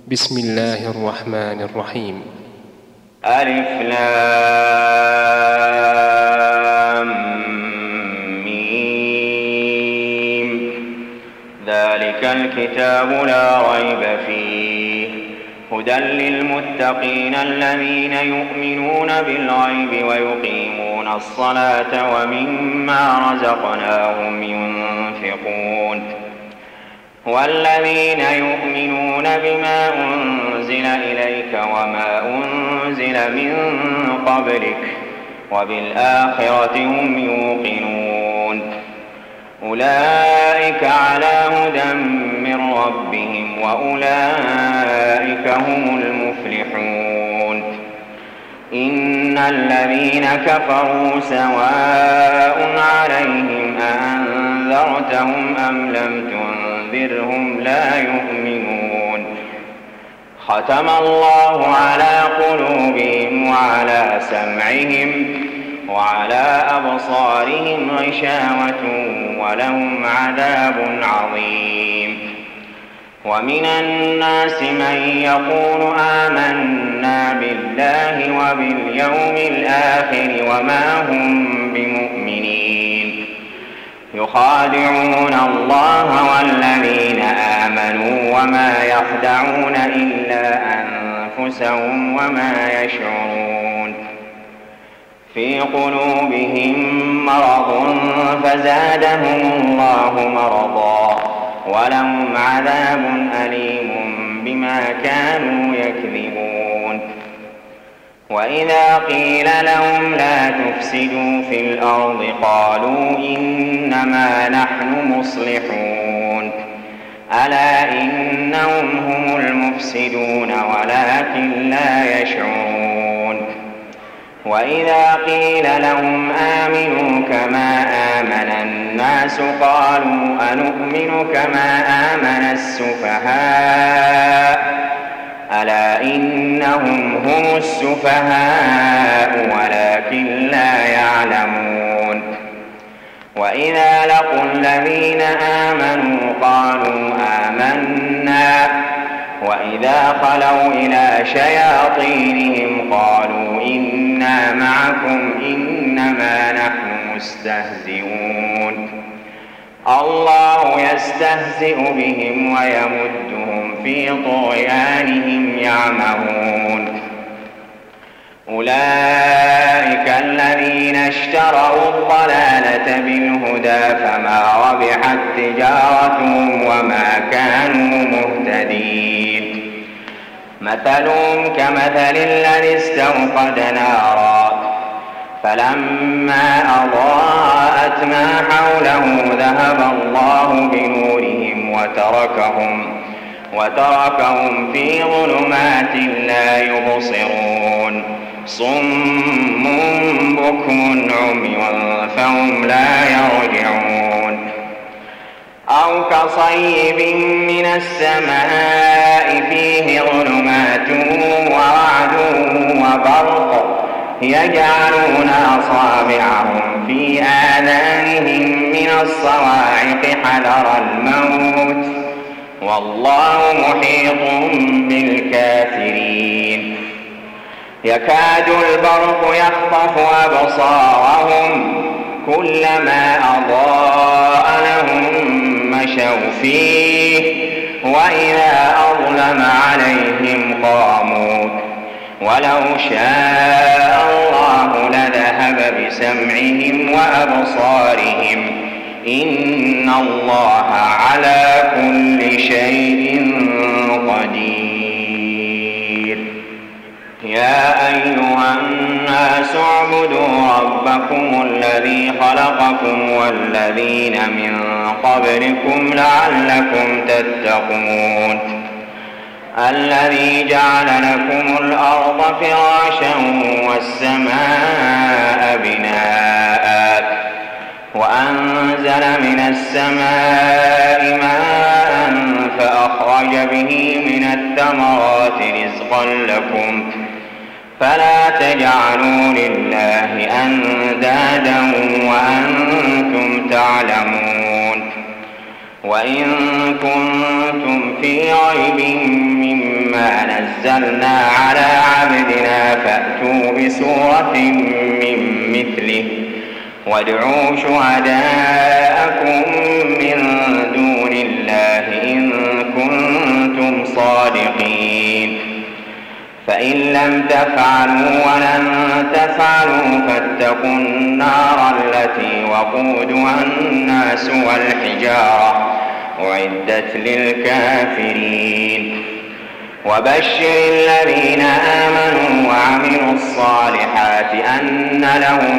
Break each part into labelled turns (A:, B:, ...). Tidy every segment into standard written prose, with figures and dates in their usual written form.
A: بسم الله الرحمن الرحيم.
B: ألف لام ميم. ذلك الكتاب لا ريب فيه هدى للمتقين الذين يؤمنون بالغيب ويقيمون الصلاة ومما رزقناهم ينفقون والذين يؤمنون بما أنزل إليك وما أنزل من قبلك وبالآخرة هم يوقنون أولئك على هدى من ربهم وأولئك هم المفلحون إن الذين كفروا سواء عليهم أأنذرتهم أم لم تنذرهم لا يؤمنون ختم الله على قلوبهم وعلى سمعهم وعلى أبصارهم غشاوة ولهم عذاب عظيم ومن الناس من يقول آمنا بالله وباليوم الآخر وما هم بمؤمنين يخادعون الله والذين آمنوا وما يخدعون إلا أنفسهم وما يشعرون في قلوبهم مرض فزادهم الله مرضا ولهم عذاب أليم بما كانوا يكذبون وإذا قيل لهم لا تفسدوا في الأرض قالوا إنما نحن مصلحون ألا إنهم هم المفسدون ولكن لا يشعرون وإذا قيل لهم آمنوا كما آمن الناس قالوا أنؤمن كما آمن السفهاء ألا إنهم هم السفهاء ولكن لا يعلمون وإذا لقوا الذين آمنوا قالوا آمنا وإذا خلوا إلى شياطينهم قالوا إنا معكم إنما نحن مستهزئون الله يستهزئ بهم ويمدهم في طغيانهم يعمهون أولئك الذين اشتروا الضلالة بالهدى فما ربحت تجارتهم وما كانوا مهتدين مثلهم كمثل الذي استوقد نارا فلما أضاءت ما حوله ذهب الله بنورهم وتركهم في ظلمات لا يبصرون صم بكم عمي فهم لا يرجعون أو كصيب من السماء فيه ظلمات ورعد وبرق يجعلون أصابعهم في آذانهم من الصواعق حذر الموت والله محيط بالكافرين يكاد البرق يخطف أبصارهم كلما أضاء لهم مشوا فيه وإذا أظلم عليهم قاموا ولو شاء الله لذهب بسمعهم وأبصارهم إن الله على كل شيء قدير يا أيها الناس اعبدوا ربكم الذي خلقكم والذين من قبلكم لعلكم تتقون الذي جعل لكم الأرض فراشا والسماء بناء وأنزل من السماء ماء فأخرج به من الثمرات رزقا لكم فلا تجعلوا لله أندادا وأنتم تعلمون وإن كنتم في ريب مما أنزلنا على عبدنا فأتوا بسورة من مثله وادعوا شهداءكم من دون الله إن كنتم صادقين فإن لم تفعلوا ولن تفعلوا فاتقوا النار التي وقودها الناس والحجارة أعدت للكافرين وبشر الذين آمنوا وعملوا الصالحات أن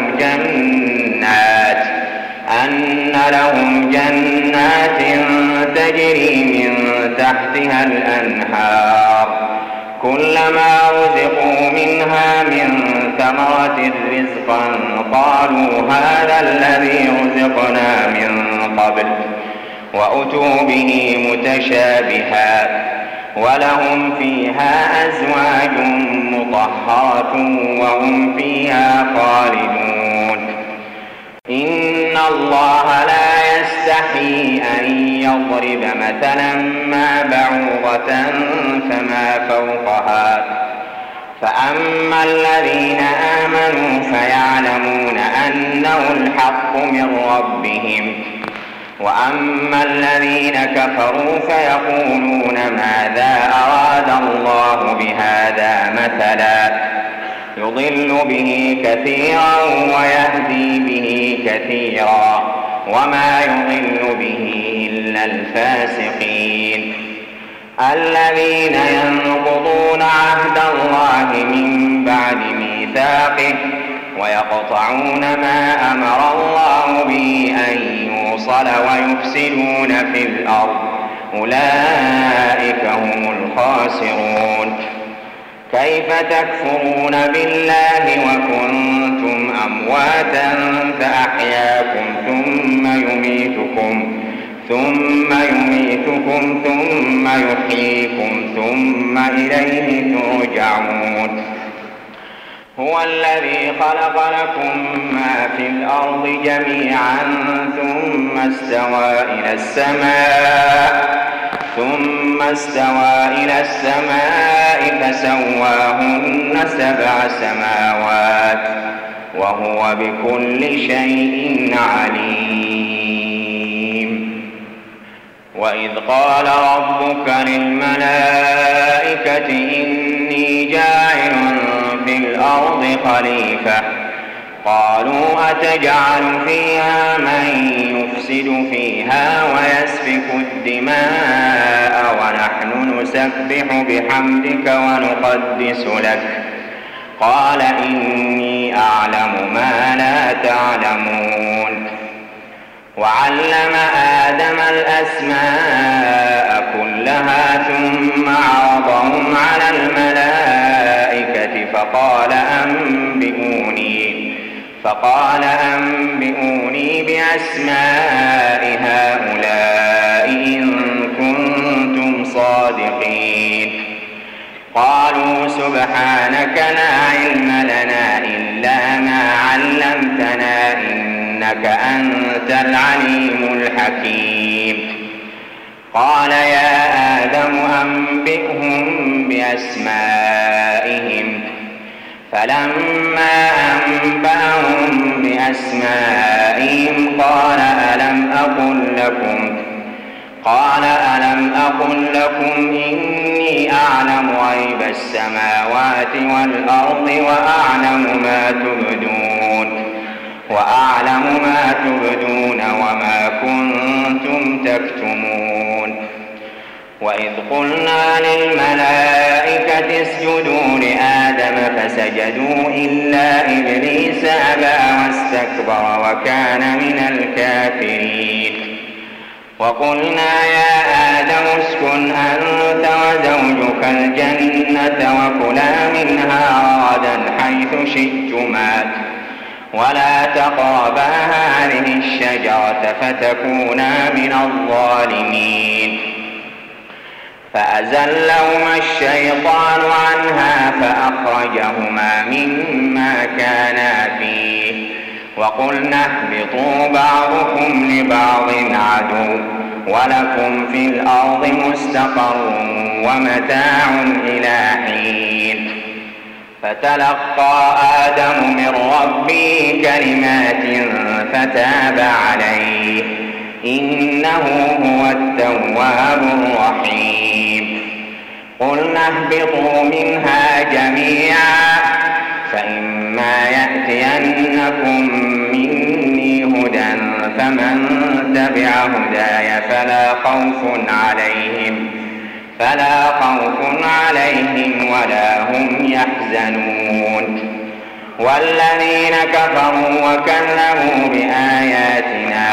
B: لهم جنات تجري من تحتها الأنهار كلما رزقوا منها من ثمرة رزقا قالوا هذا الذي رزقنا من قبل وأتوا به متشابها ولهم فيها أزواج مطهرة وهم فيها خالدون إن الله لا يستحيي أن يضرب مثلا ما بعوضة فما فوقها فأما الذين آمنوا فيعلمون أنه الحق من ربهم وأما الذين كفروا فيقولون ماذا أراد الله بهذا مثلا يضل به كثيرا ويهدي به كثيرا وما يضل به إلا الفاسقين الذين ينقضون عهد الله من بعد ميثاقه ويقطعون ما أمر الله به أن يوصل ويفسدون في الأرض أولئك هم الخاسرون كيف تكفرون بالله وكنتم أمواتا فأحياكم ثم يميتكم ثم يحييكم ثم إليه ترجعون هو الذي خلق لكم ما في الأرض جميعا ثم استوى إلى السماء فسواهن 7 سماوات وهو بكل شيء عليم وإذ قال ربك للملائكة إني جاعل في الأرض خليفة قالوا أتجعل فيها من يفسد فيها ويسفك الدماء ونحن نسبح بحمدك ونقدس لك قال إني أعلم ما لا تعلمون وعلم آدم الأسماء كلها ثم عرضهم على الملائكة فقال أنبئوني بأسماء هؤلاء إن كنتم صادقين قالوا سبحانك لا علم لنا إلا ما علمتنا إنك أنت العليم الحكيم قال يا آدم أنبئهم بأسمائهم فلما أنبأهم بأسمائهم قال ألم أقل لكم إني أعلم غيب السماوات والأرض وأعلم ما تبدون وما كنتم تكتمون وإذ قلنا للملائكة اسجدوا لآدم فسجدوا إلا إبليس أبى واستكبر وكان من الكافرين وقلنا يا آدم اسكن أنت وزوجك الجنة وكلا منها رغدا حيث شئتما ولا تقربا هذه الشجرة فتكونا من الظالمين فأزلهما الشيطان عنها فأخرجهما مما كانا فيه وقلنا اهبطوا بعضكم لبعض عدو ولكم في الأرض مستقر ومتاع إلى حين فتلقى آدم من ربه كلمات فتاب عليه إنه هو التواب الرحيم. قلنا اهبطوا منها جميعا فإما يأتينكم مني هدى فمن تبع هداي فلا خوف عليهم ولا هم يحزنون. والذين كفروا وكذبوا بآياتنا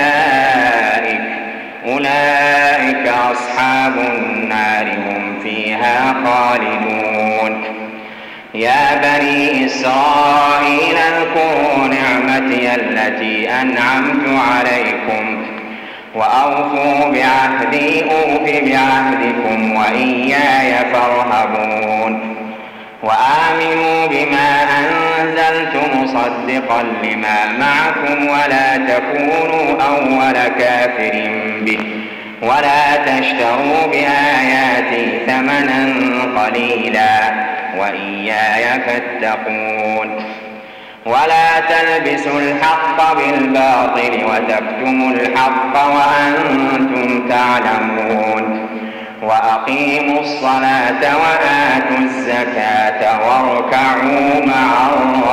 B: أولئك أصحاب النار هم فيها خالدون. يا بني إسرائيل اذكروا نعمتي التي أنعمت عليكم وأوفوا بعهدي أوف بعهدكم وإياي فارهبون. وآمنوا بما أنزلت مصدقا لما معكم ولا تكونوا أول كافر به ولا تشتروا بآياتي ثمنا قليلا وإياي فاتقون. ولا تلبسوا الحق بالباطل وتكتموا الحق وأنتم تعلمون. وأقيموا الصلاة وآتوا الزكاة واركعوا مع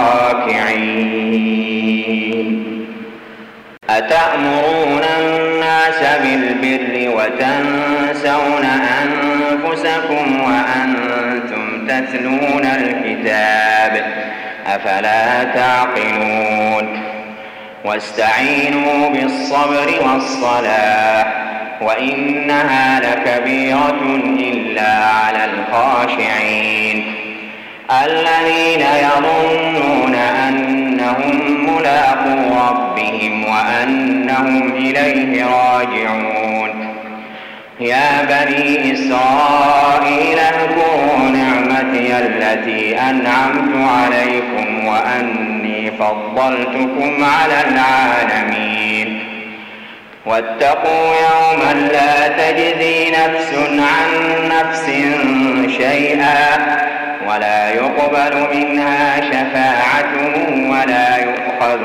B: الراكعين. أتأمرون الناس بالبر وتنسون أنفسكم وأنتم تتلون الكتاب أفلا تعقلون. واستعينوا بالصبر والصلاة وإنها لكبيرة إلا على الخاشعين الذين يظنون أنهم ملاقو ربهم وأنهم إليه راجعون. يا بني إسرائيل اذكروا نعمتي التي أنعمت عليكم وأني فضلتكم على العالمين. واتقوا يوما لا تجزي نفس عن نفس شيئا ولا يقبل منها شفاعة ولا يؤخذ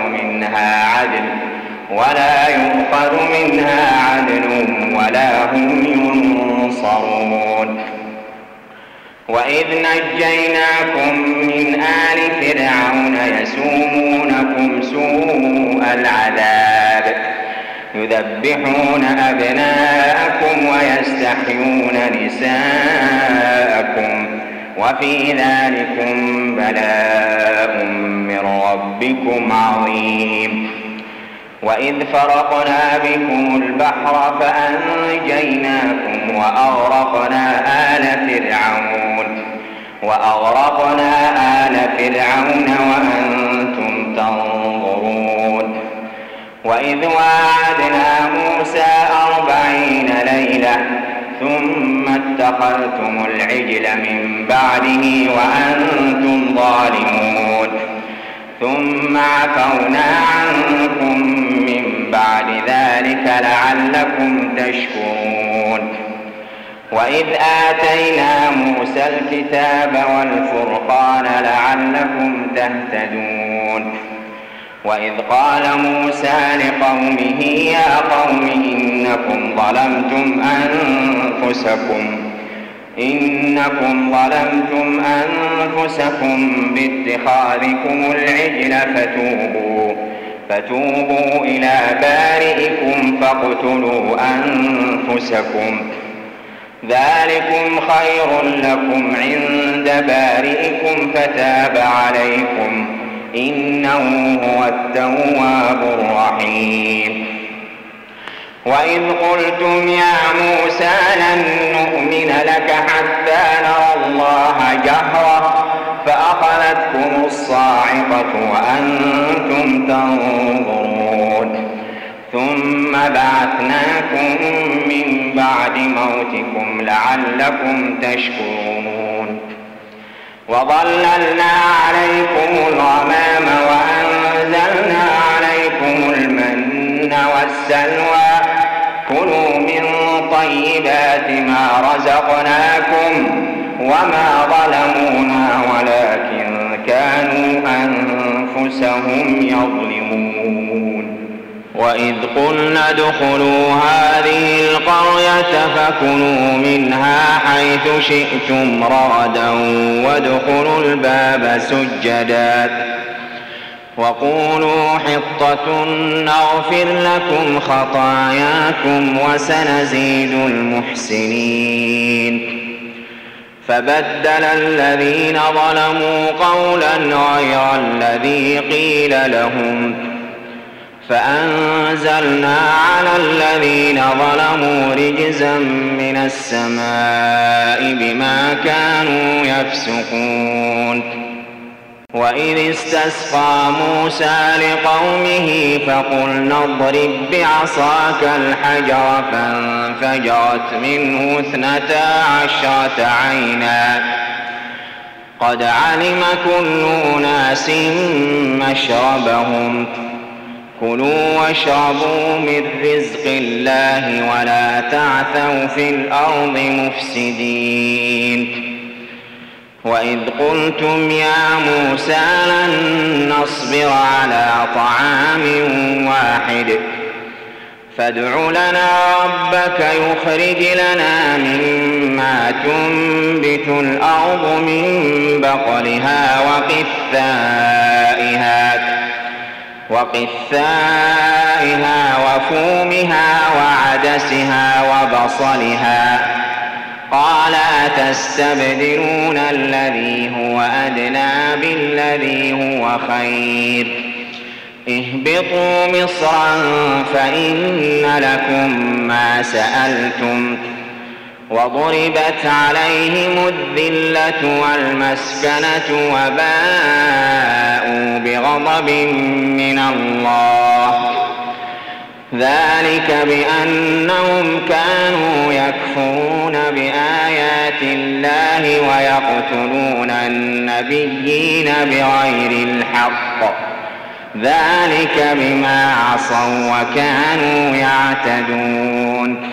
B: منها عدل ولا هم ينصرون. وإذ نجيناكم من آل فرعون يسومونكم سوء العذاب يذبحون أبناءكم ويستحيون نساءكم وفي ذلكم بلاء من ربكم عظيم. وإذ فرقنا بكم البحر فأنجيناكم وأغرقنا آل فرعون وأنتم تنظرون. وإذ واعدنا موسى 40 ليلة ثم اتخذتم العجل من بعده وأنتم ظالمون ثم عفونا عنكم من بعد ذلك لعلكم تشكرون. وإذ آتينا موسى الكتاب والفرقان لعلكم تهتدون. وإذ قال موسى لقومه يا قوم إنكم ظلمتم أنفسكم باتخاذكم العجل فتوبوا إلى بارئكم فاقتلوا أنفسكم ذلكم خير لكم عند بارئكم فتاب عليكم إنه هو التواب الرحيم. وإذ قلتم يا موسى لن نؤمن لك حتى نرى الله جهرة فأخذتكم الصاعقة وأنتم تنظرون ثم بعثناكم من بعد موتكم لعلكم تشكرون. وظللنا عليكم الغمام وأنزلنا عليكم المن والسلوى كلوا من طيبات ما رزقناكم وما ظلمونا ولكن كانوا أنفسهم يظلمون. وإذ قلنا ادخلوا هذه القرية فكلوا منها حيث شئتم رغدا وادخلوا الباب سجدا وقولوا حطة نغفر لكم خطاياكم وسنزيد المحسنين. فبدل الذين ظلموا قولا غير الذي قيل لهم فأنزلنا على الذين ظلموا رجزا من السماء بما كانوا يفسقون. وإذ استسقى موسى لقومه فقلنا اضرب بعصاك الحجر فانفجرت منه 12 عينا قد علم كل أناس مشربهم كلوا واشربوا من رزق الله ولا تعثوا في الأرض مفسدين. وإذ قلتم يا موسى لن نصبر على طعام واحد فادع لنا ربك يخرج لنا مما تنبت الأرض من بقلها وقثائها وفومها وعدسها وبصلها قال أتستبدلون الذي هو أدنى بالذي هو خير اهبطوا مصرا فإن لكم ما سألتم وضربت عليهم الذلة والمسكنة وباءوا بغضب من الله ذلك بأنهم كانوا يكفرون بآيات الله ويقتلون النبيين بغير الحق ذلك بما عصوا وكانوا يعتدون.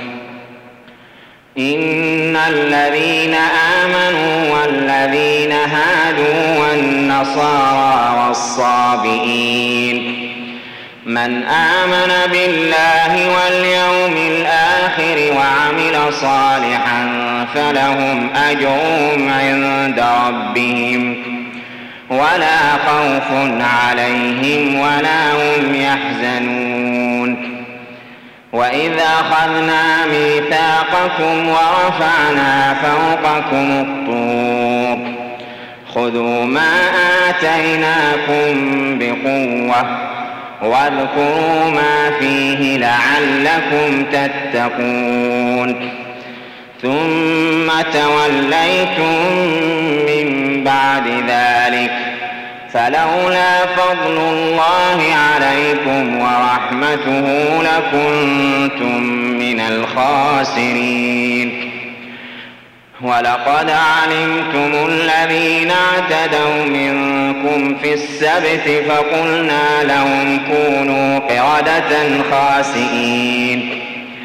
B: إن الذين آمنوا والذين هادوا والنصارى والصابئين من آمن بالله واليوم الآخر وعمل صالحا فلهم أجرهم عند ربهم ولا خوف عليهم ولا هم يحزنون. وإذ أخذنا ميثاقكم ورفعنا فوقكم الطور خذوا ما آتيناكم بقوة واذكروا ما فيه لعلكم تتقون. ثم توليتم من بعد ذلك فلولا فضل الله عليكم ورحمته لكنتم من الخاسرين. ولقد علمتم الذين اعتدوا منكم في السبت فقلنا لهم كونوا قردة خاسئين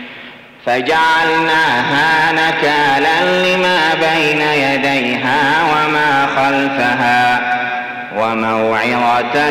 B: فجعلناها نكالا لما بين يديها وما خلفها وموعظة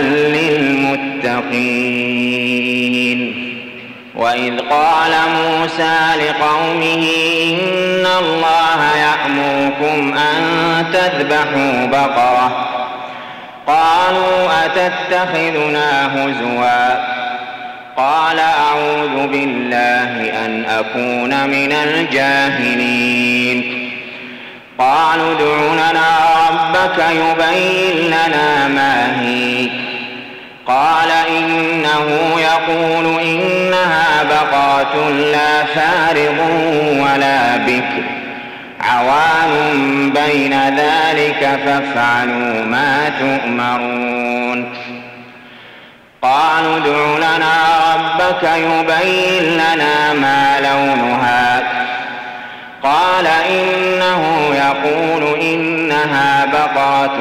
B: للمتقين. وإذ قال موسى لقومه إن الله يأمركم أن تذبحوا بقرة قالوا أتتخذنا هزوا قال أعوذ بالله أن أكون من الجاهلين. قالوا ادع لنا ربك يبين لنا ما هي قال إنه يقول إنها بقرة لا فارض ولا بكر عوان بين ذلك فافعلوا ما تؤمرون. قالوا ادع لنا ربك يبين لنا ما لونها قال إنه يقول إنها بقرة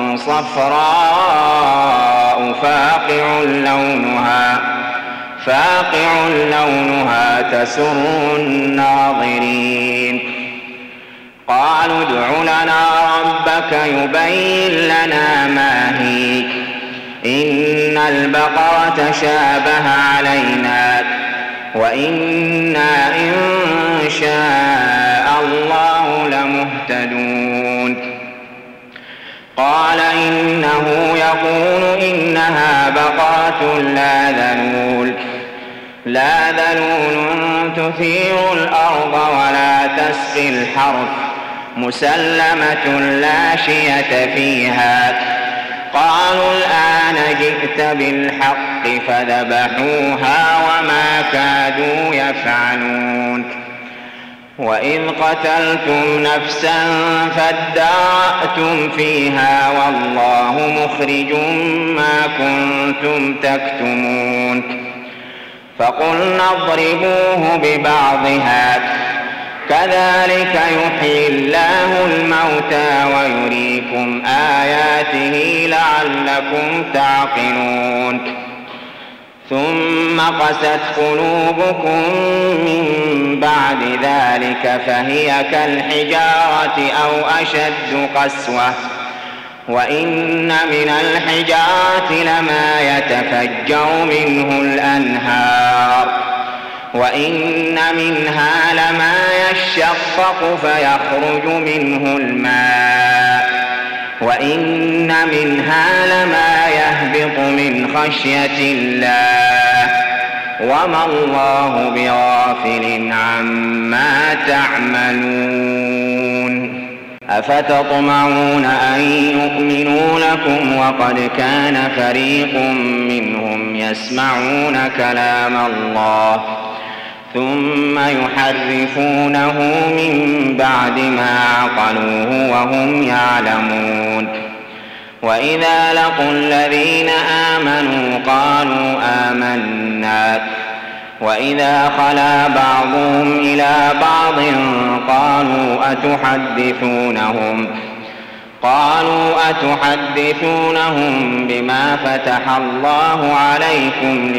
B: صفراء فاقع لونها تسر الناظرين. قالوا ادع لنا ربك ربك يبين لنا ما هي إن البقرة شابه علينا وإنا إن شاء الله لمهتدون قال إنه يقول إنها بقرة لا ذلول تثير الأرض ولا تسقي الحرث مسلمة لا شية فيها قالوا الآن جئت بالحق فذبحوها وما كادوا يفعلون وإذ قتلتم نفسا فادارأتم فيها والله مخرج ما كنتم تكتمون فقلنا اضربوه ببعضها كذلك يحيي الله الموتى ويريكم آياته لعلكم تعقلون ثم قست قلوبكم من بعد ذلك فهي كالحجارة أو أشد قسوة وإن من الحجارة لما يتفجر منه الأنهار وإن منها لما يشقق فيخرج منه الماء وإن منها لما يهبط من خشية الله وما الله بغافل عما تعملون أفتطمعون أن يؤمنوا لكم وقد كان فريق منهم يسمعون كلام الله ثم يحرفونه من بعد ما عقلوه وهم يعلمون وإذا لقوا الذين آمنوا قالوا آمنا وإذا خلا بعضهم إلى بعض قالوا أتحدثونهم بما فتح الله عليكم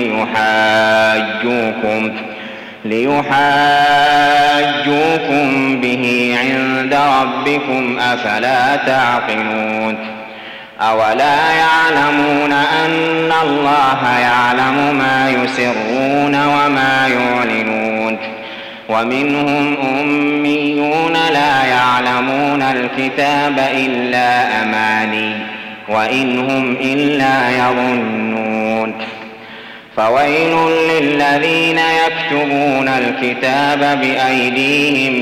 B: ليحاجوكم به عند ربكم أفلا تعقلون أولا يعلمون أن الله يعلم ما يسرون وما يعلنون ومنهم أميون لا يعلمون الكتاب إلا أماني وإن هم إلا يظنون فويل للذين يكتبون الكتاب بأيديهم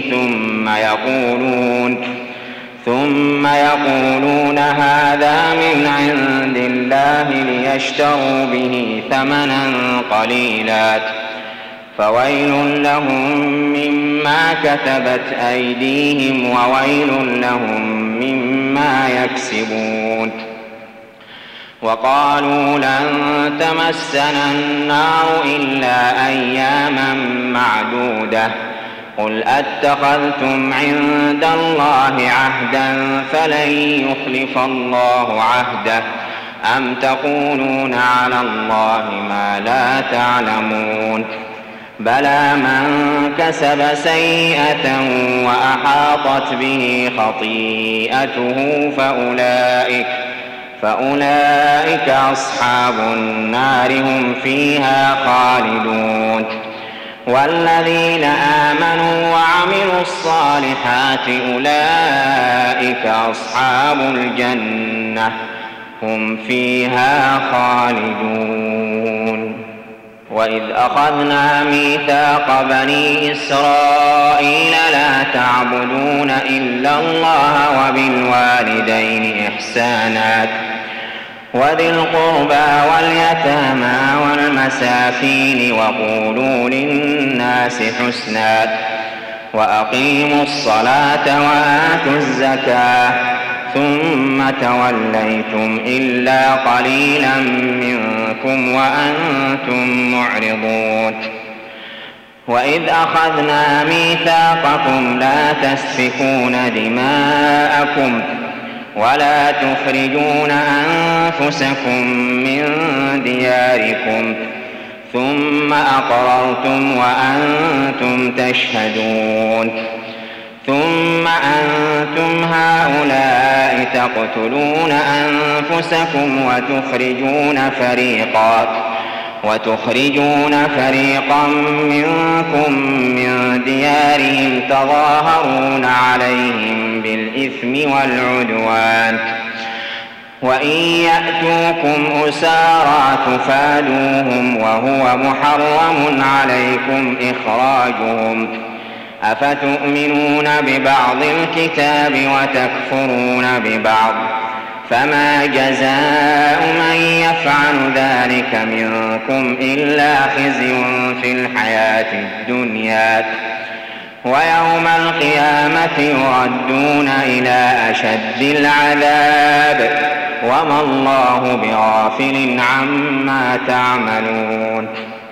B: ثم يقولون هذا من عند الله ليشتروا به ثمنا قليلا فويل لهم مما كتبت أيديهم وويل لهم مما يكسبون وقالوا لن تمسنا النار إلا أياما معدودة قل أتخذتم عند الله عهدا فلن يخلف الله عهده أم تقولون على الله ما لا تعلمون بلى من كسب سيئة وأحاطت به خطيئته فأولئك أصحاب النار هم فيها خالدون والذين آمنوا وعملوا الصالحات أولئك أصحاب الجنة هم فيها خالدون وإذ أخذنا ميثاق بني إسرائيل لا تعبدون إلا الله وبالوالدين إحسانا وذي القربى واليتامى والمساكين وقولوا للناس حسنا وأقيموا الصلاة وآتوا الزكاة ثم توليتم إلا قليلا منكم وأنتم معرضون وإذ أخذنا ميثاقكم لا تسفكون دماءكم ولا تخرجون أنفسكم من دياركم ثم أقررتم وأنتم تشهدون ثم أنتم هؤلاء تقتلون أنفسكم وتخرجون فريقا منكم من ديارهم تظاهرون عليهم بالإثم والعدوان وإن يأتوكم أسارى تفادوهم وهو محرم عليكم إخراجهم أفتؤمنون ببعض الكتاب وتكفرون ببعض فما جزاء من يفعل ذلك منكم إلا خزي في الحياة الدنيا ويوم القيامة يردون إلى أشد العذاب وما الله بغافل عما تعملون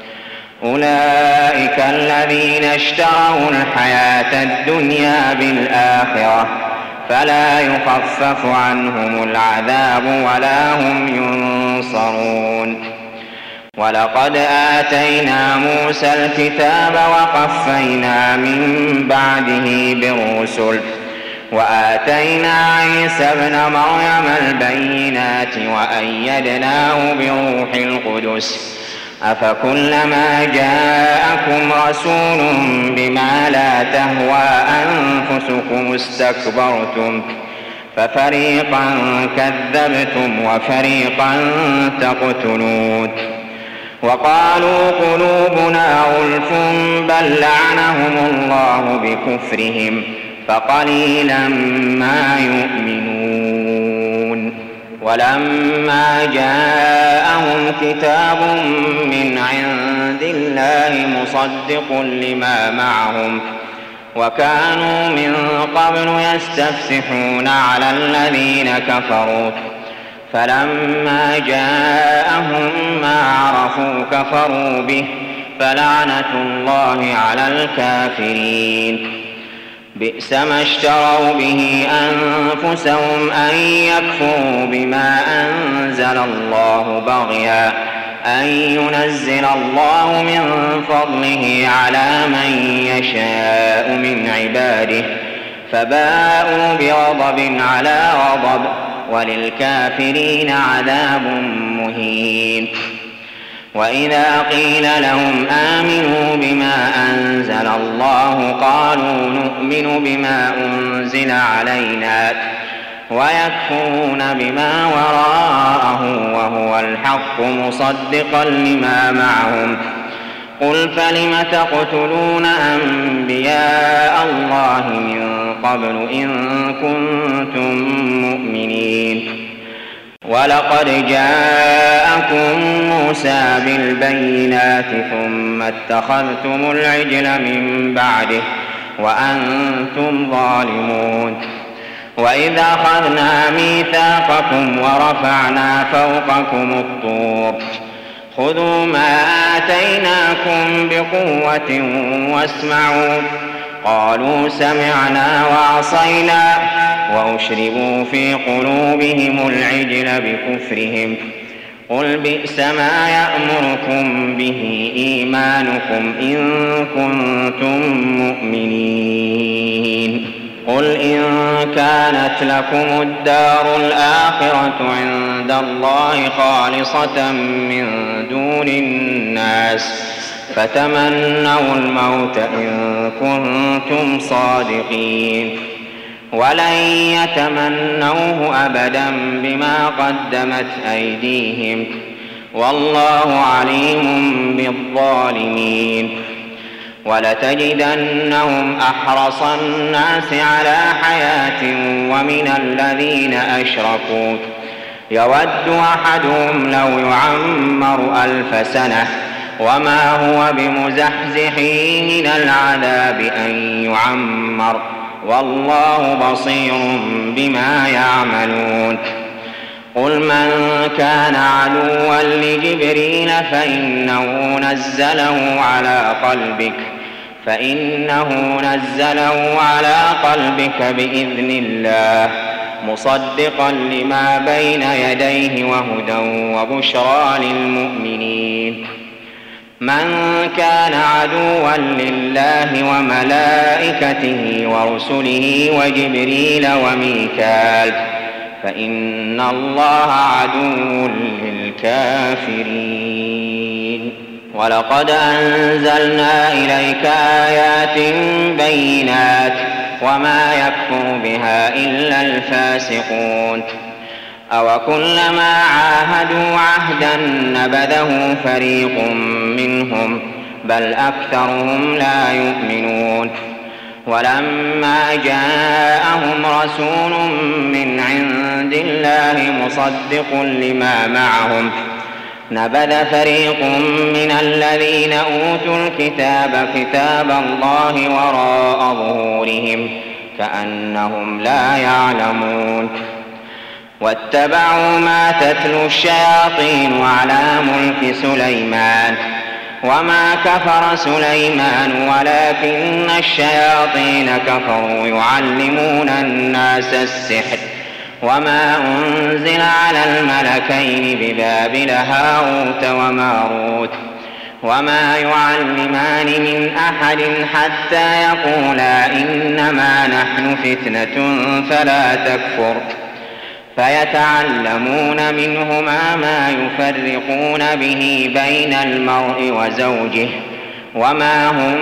B: أولئك الذين اشتروا الحياة الدنيا بالآخرة فلا يخفف عنهم العذاب ولا هم ينصرون ولقد آتينا موسى الكتاب وقفينا من بعده بالرسل وآتينا عيسى ابن مريم البينات وأيدناه بروح القدس أفكلما جاءكم رسول بما لا تهوى أنفسكم استكبرتم ففريقا كذبتم وفريقا تقتلون وقالوا قلوبنا غلف بل لعنهم الله بكفرهم فقليلا ما يؤمنون ولما جاءهم كتاب من عند الله مصدق لما معهم وكانوا من قبل يستفتحون على الذين كفروا فلما جاءهم ما عرفوا كفروا به فلعنة الله على الكافرين بئس ما اشتروا به أنفسهم أن يكفروا بما أنزل الله بغيا أن ينزل الله من فضله على من يشاء من عباده فباءوا بغضب على غضب وللكافرين عذاب مهين وإذا قيل لهم آمنوا بما أنزل الله قالوا نؤمن بما أنزل علينا ويكفرون بما وراءه وهو الحق مصدقا لما معهم قل فلم تقتلون أنبياء الله من قبل إن كنتم مؤمنين ولقد جاءكم موسى بالبينات ثم اتخذتم العجل من بعده وأنتم ظالمون وإذ أخذنا ميثاقكم ورفعنا فوقكم الطور خذوا ما آتيناكم بقوة واسمعوا قالوا سمعنا وعصينا وأشربوا في قلوبهم العجل بكفرهم قل بئس ما يأمركم به إيمانكم إن كنتم مؤمنين قل إن كانت لكم الدار الآخرة عند الله خالصة من دون الناس فتمنوا الموت إن كنتم صادقين ولن يتمنوه أبدا بما قدمت أيديهم والله عليم بالظالمين ولتجدنهم أحرص الناس على حياة ومن الذين أشركوا يود أحدهم لو يعمر 1000 سنة وما هو بمزحزحه من العذاب أن يعمر والله بصير بما يعملون قل من كان عدوا لجبريل فإنه نزله على قلبك بإذن الله مصدقا لما بين يديه وهدى وبشرى للمؤمنين من كان عدوا لله وملائكته ورسله وجبريل وميكال فإن الله عدو للكافرين. ولقد أنزلنا إليك آيات بينات وما يكفر بها إلا الفاسقون. أوكلما عاهدوا عهدا نبذه فريق منهم بل أكثرهم لا يؤمنون. ولما جاءهم رسول من عند الله مصدق لما معهم نبذ فريق من الذين أوتوا الكتاب كتاب الله وراء ظهورهم كأنهم لا يعلمون. واتبعوا ما تتلو الشياطين على ملك سليمان وما كفر سليمان ولكن الشياطين كفروا يعلمون الناس السحر وما أنزل على الملكين ببابل هاروت وماروت وما يعلمان من أحد حتى يقولا إنما نحن فتنة فلا تكفر فيتعلمون منهما ما يفرقون به بين المرء وزوجه وما هم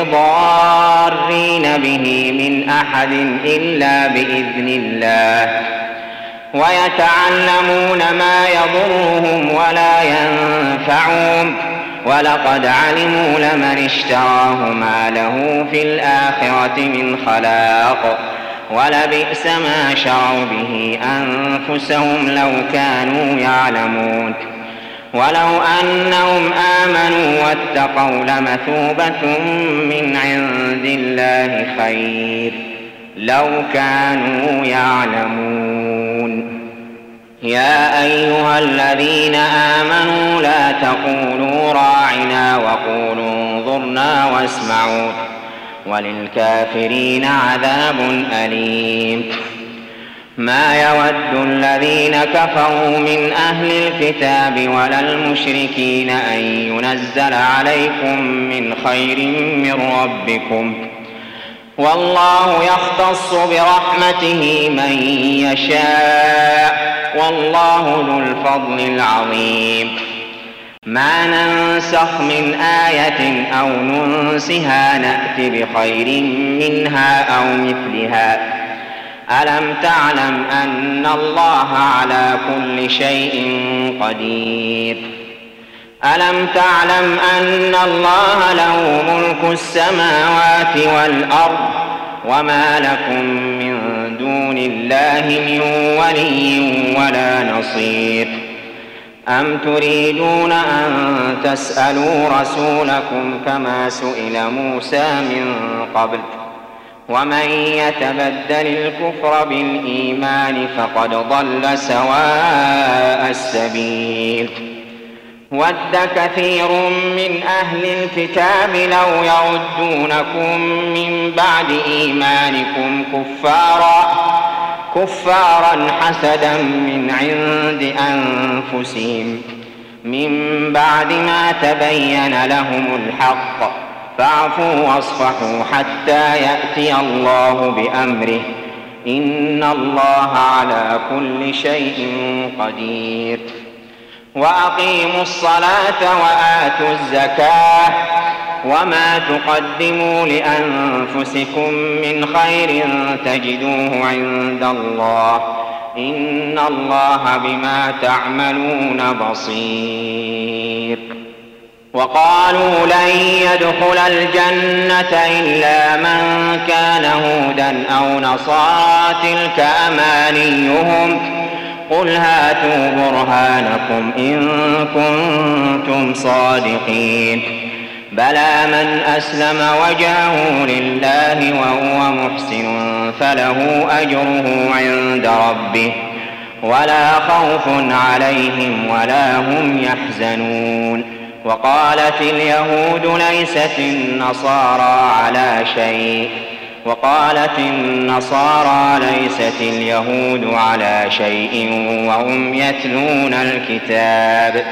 B: بضارين به من أحد إلا بإذن الله ويتعلمون ما يضرهم ولا ينفعهم ولقد علموا لمن اشتراه ما له في الآخرة من خلاق ولبئس ما شروا به أنفسهم لو كانوا يعلمون. ولو أنهم آمنوا واتقوا لمثوبة من عند الله خير لو كانوا يعلمون. يا أيها الذين آمنوا لا تقولوا راعنا وقولوا انظرنا واسمعوا وللكافرين عذاب أليم. ما يود الذين كفروا من أهل الكتاب ولا المشركين أن ينزل عليكم من خير من ربكم والله يختص برحمته من يشاء والله ذو الفضل العظيم. ما ننسخ من آية أو ننسها نأت بخير منها أو مثلها. ألم تعلم أن الله على كل شيء قدير. ألم تعلم أن الله له ملك السماوات والأرض وما لكم من دون الله من ولي ولا نصير. أم تريدون أن تسألوا رسولكم كما سئل موسى من قبل ومن يتبدل الكفر بالإيمان فقد ضل سواء السبيل. ود كثير من أهل الكتاب لو يردونكم من بعد إيمانكم كفارا حسدا من عند أنفسهم من بعد ما تبين لهم الحق فاعفوا واصفحوا حتى يأتي الله بأمره إن الله على كل شيء قدير. وأقيموا الصلاة وآتوا الزكاة وما تقدموا لأنفسكم من خير تجدوه عند الله إن الله بما تعملون بصير. وقالوا لن يدخل الجنة إلا من كان هودا أو نصارى تلك أمانيهم قل هاتوا برهانكم إن كنتم صادقين. بلى من أسلم وجهه لله وهو محسن فله أجره عند ربه ولا خوف عليهم ولا هم يحزنون. وقالت اليهود ليست النصارى على شيء وقالت النصارى ليست اليهود على شيء وهم يتلون الكتاب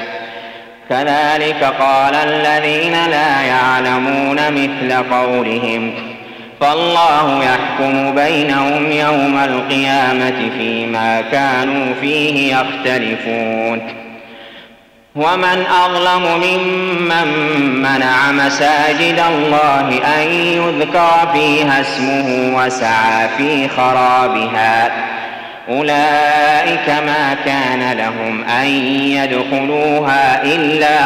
B: كذلك قال الذين لا يعلمون مثل قولهم فالله يحكم بينهم يوم القيامة فيما كانوا فيه يختلفون. ومن أظلم ممن منع مساجد الله أن يذكر فيها اسمه وسعى في خرابها، أولئك ما كان لهم أن يدخلوها إلا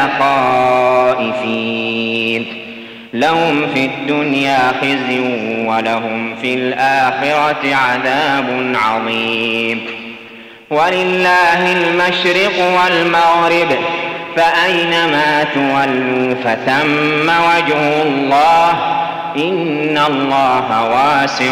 B: خائفين، لهم في الدنيا خزي ولهم في الآخرة عذاب عظيم. ولله المشرق والمغرب، فأينما تولوا فثم وجه الله، إن الله واسع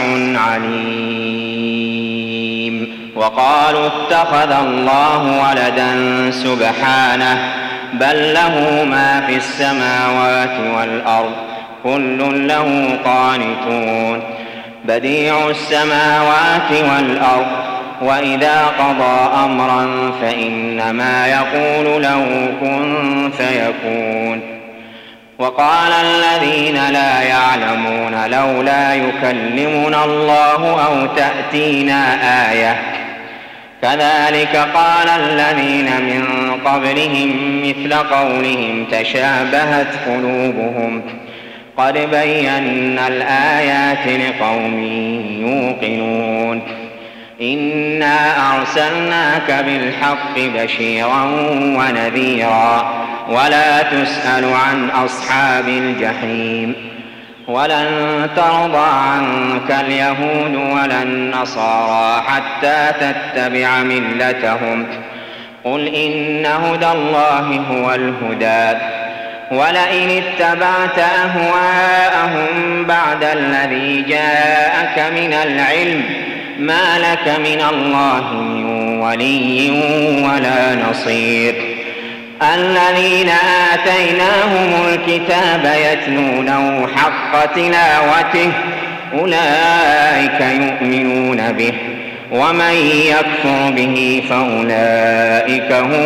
B: عليم. وقالوا اتخذ الله ولدا سبحانه، بل له ما في السماوات والأرض، كل له قانتون. بديع السماوات والأرض، وإذا قضى أمرا فإنما يقول له كن فيكون. وقال الذين لا يعلمون لولا يكلمنا الله أو تأتينا آية، كذلك قال الذين من قبلهم مثل قولهم تشابهت قلوبهم، قد بينا الآيات لقوم يوقنون. إنا أرسلناك بالحق بشيرا ونذيرا، ولا تسأل عن أصحاب الجحيم. ولن ترضى عنك اليهود ولا النصارى حتى تتبع ملتهم، قل إن هدى الله هو الهدى، ولئن اتبعت أهواءهم بعد الذي جاءك من العلم ما لك من الله من ولي ولا نصير. الذين آتيناهم الكتاب يتلونه حق تلاوته، أولئك يؤمنون به، ومن يكفر به فأولئك هم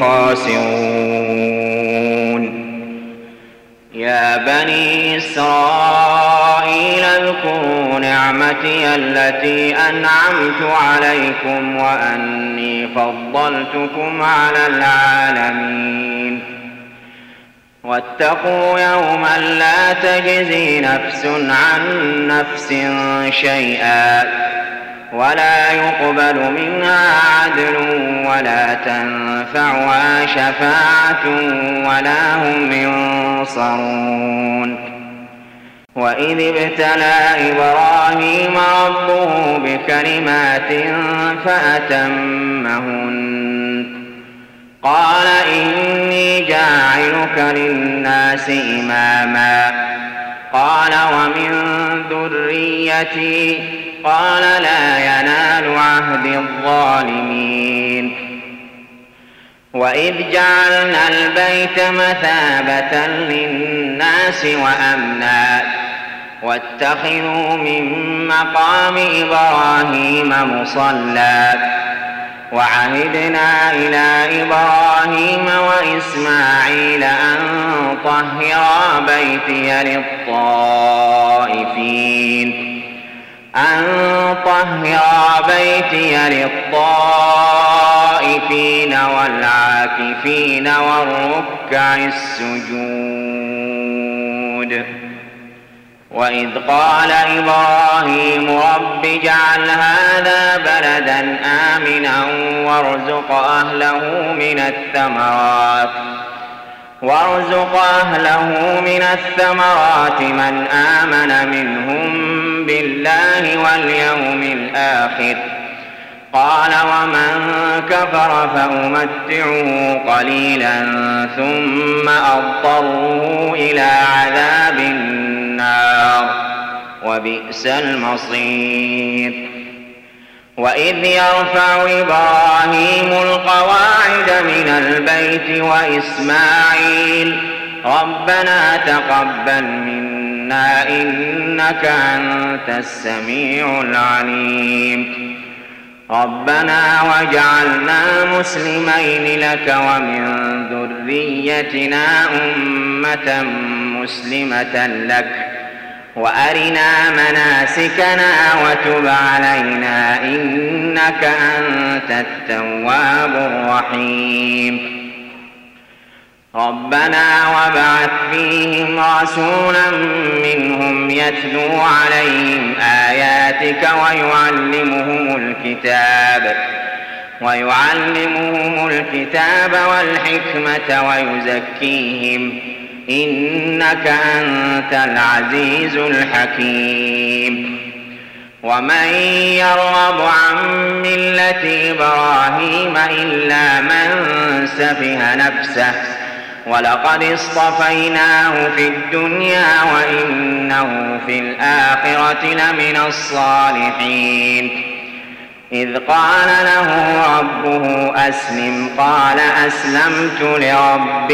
B: الخاسرون. يا بني إسرائيل اذكروا نعمتي التي أنعمت عليكم وأني فضلتكم على العالمين. واتقوا يوما لا تجزي نفس عن نفس شيئا، ولا يقبل منها عدل ولا تنفعها شفاعة ولا هم ينصرون. وإذ ابتلى إبراهيم ربه بكلمات فأتمهن، قال إني جاعلك للناس إماما، قال ومن ذريتي، قال لا ينال عهد الظالمين. وإذ جعلنا البيت مثابة للناس وأمنا، واتخذوا من مقام إبراهيم مصلى، وعهدنا إلى إبراهيم وإسماعيل أن طهرا بيتي للطائفين والعاكفين والركع السجود. وإذ قال إبراهيم رب اجعل هذا بلدا آمنا وارزق أهله من الثمرات من آمن منهم بالله واليوم الآخر، قال ومن كفر فأمتعه قليلا ثم أضطره إلى عذاب النار وبئس المصير. وإذ يرفع إبراهيم القواعد من البيت وإسماعيل ربنا تقبل منا إنك أنت السميع العليم، ربنا واجعلنا مسلمين لك ومن ذريتنا أمة مسلمة لك وأرنا مناسكنا وتب علينا إنك أنت التواب الرحيم. ربنا وابعث فيهم رسولا منهم يتلو عليهم آياتك ويعلمهم الكتاب والحكمة ويزكيهم إنك أنت العزيز الحكيم. ومن يرغب عن ملة إبراهيم إلا من سفه نفسه ولقد اصطفيناه في الدنيا وإنه في الآخرة لمن الصالحين. إذ قال له ربه أسلم قال أسلمت لرب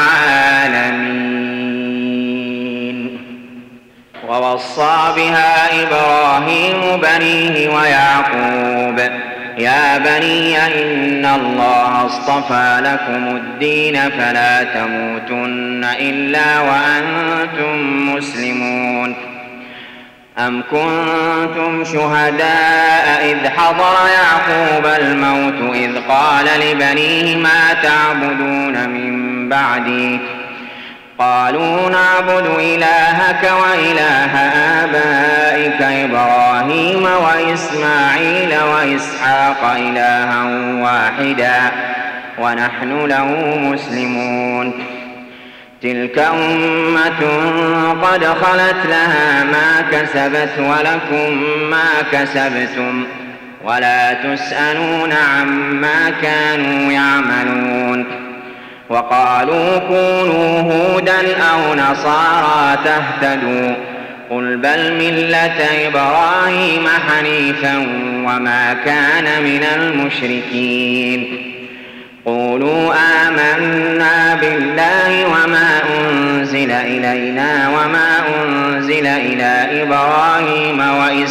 B: العالمين. ووصى بها إبراهيم بنيه ويعقوب يا بني إن الله اصطفى لكم الدين فلا تموتن إلا وأنتم مسلمون. أم كنتم شهداء إذ حضر يعقوب الموت إذ قال لبنيه ما تعبدون من بعدي قالوا نعبد إلهك وإله آبائك إبراهيم وإسماعيل وإسحاق إلها واحدا ونحن له مسلمون. تلك أمة قد خلت لها ما كسبت ولكم ما كسبتم ولا تسألون عما كانوا يعملون. وقالوا كونوا هودا أو نصارى تهتدوا قل بل ملة إبراهيم حنيفا وما كان من المشركين. قولوا آمنا بالله وما أنزل إلينا وما أنزل إلى إبراهيم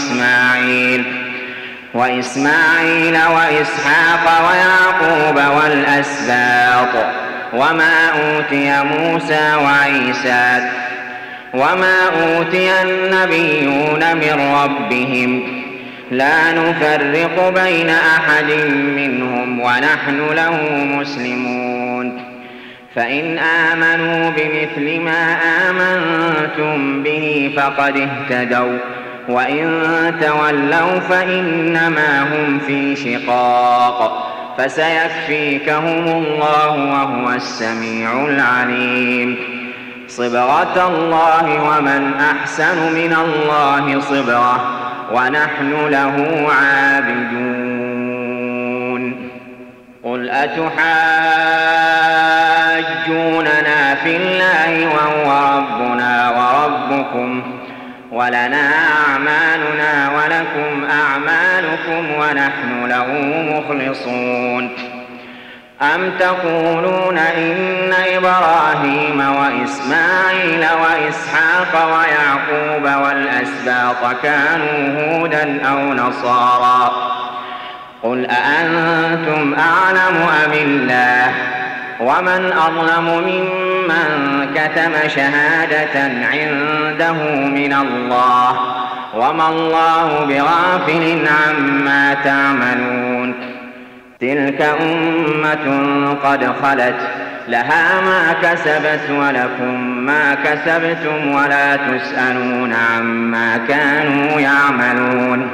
B: وإسماعيل وإسحاق ويعقوب والأسباط وما أوتي موسى وعيسى وما أوتي النبيون من ربهم لا نفرق بين أحد منهم ونحن له مسلمون. فإن آمنوا بمثل ما آمنتم به فقد اهتدوا وإن تولوا فإنما هم في شقاق فسيكفيكهم الله وهو السميع العليم. صبغة الله ومن أحسن من الله صبغة ونحن له عابدون. قل أتحاجوننا في الله وهو ربنا وربكم ولنا أعمالنا ولكم أعمالكم ونحن له مخلصون. أم تقولون إن إبراهيم وإسماعيل وإسحاق ويعقوب والأسباط كانوا هودا أو نصارى قل أأنتم أعلم أم الله ومن أظلم ممن كتم شهادة عنده من الله وما الله بغافل عما تعملون. تلك أمة قد خلت لها ما كسبت ولكم ما كسبتم ولا تسألون عما كانوا يعملون.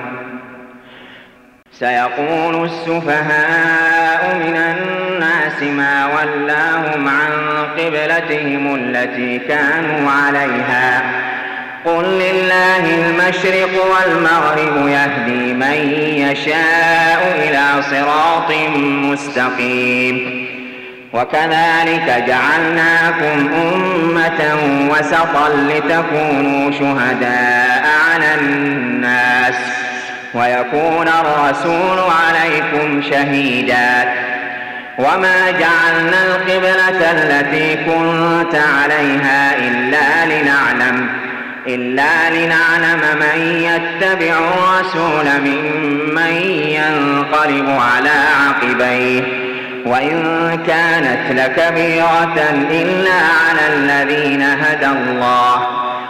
B: سيقول السفهاء من الناس ما ولاهم عن قبلتهم التي كانوا عليها قل لله المشرق والمغرب يهدي من يشاء إلى صراط مستقيم. وكذلك جعلناكم أمة وسطا لتكونوا شهداء على الناس ويكون الرسول عليكم شهيدا. وما جعلنا القبلة التي كنت عليها إلا لنعلم من يتبع الرسول ممن ينقلب على عقبيه وإن كانت لكبيرة إلا على الذين هدى الله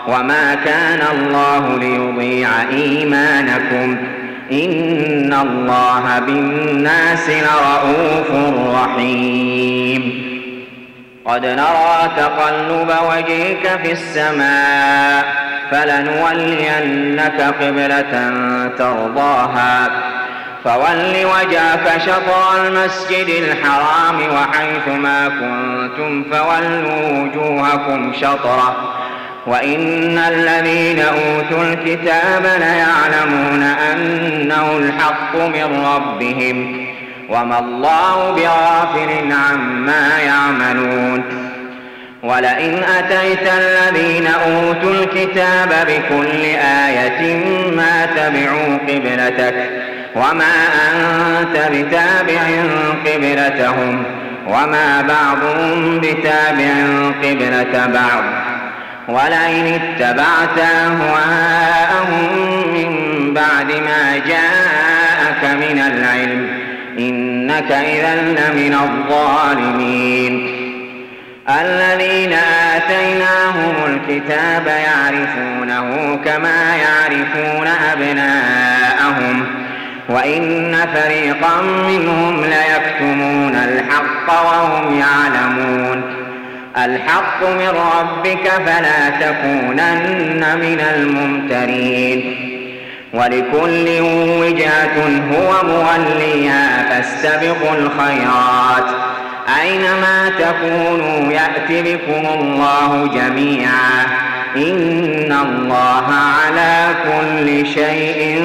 B: وما كان الله ليضيع إيمانكم إن الله بالناس لرءوف رحيم قد نرى تقلب وجهك في السماء فلنولينك قبلة ترضاها فول وجهك شطر المسجد الحرام وحيثما كنتم فولوا وجوهكم شطره وإن الذين أوتوا الكتاب ليعلمون أنه الحق من ربهم وما الله بغافل عما يعملون ولئن أتيت الذين أوتوا الكتاب بكل آية ما تبعوا قبلتك وما أنت بتابع قبلتهم وما بعضهم بتابع قبلة بعض ولئن اتبعت أهواءهم من بعد ما جاءك من العلم إنك إذا لمن الظالمين الذين آتيناهم الكتاب يعرفونه كما يعرفون أبناءهم وإن فريقا منهم ليكتمون الحق وهم يعلمون الحق من ربك فلا تكونن من الممترين ولكل وجهة هو موليها فاستبقوا الخيرات أينما تكونوا يأت بكم الله جميعا إن الله على كل شيء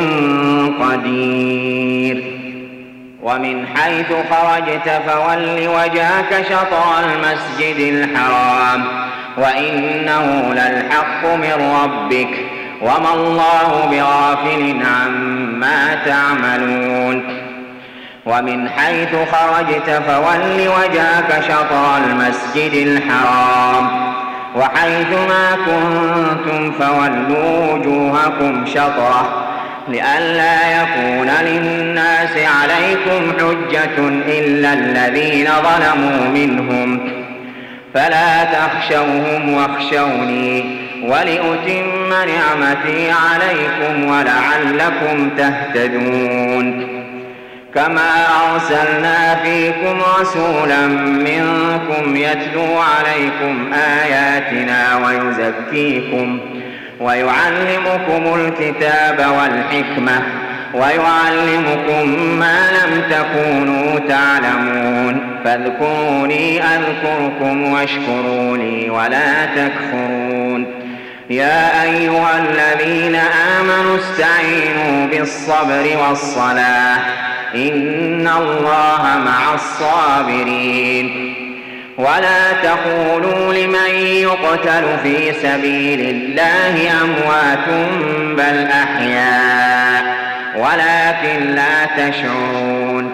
B: قدير ومن حيث خرجت فول وجهك شطر المسجد الحرام وإنه للحق من ربك وما الله بغافل عما تعملون ومن حيث خرجت فول وجهك شطر المسجد الحرام وحيثما كنتم فولوا وجوهكم شطره لئلا يكون للناس عليكم حجة إلا الذين ظلموا منهم فلا تخشوهم واخشوني ولأتم نعمتي عليكم ولعلكم تهتدون كما أرسلنا فيكم رسولا منكم يتلو عليكم آياتنا ويزكيكم ويعلمكم الكتاب والحكمة ويعلمكم ما لم تكونوا تعلمون فاذكروني أذكركم واشكروا لي ولا تكفرون يا أيها الذين آمنوا استعينوا بالصبر والصلاة إن الله مع الصابرين ولا تقولوا لمن يقتل في سبيل الله أموات بل أحياء ولكن لا تشعرون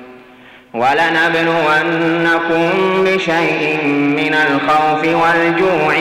B: ولنبلونكم بشيء من الخوف والجوع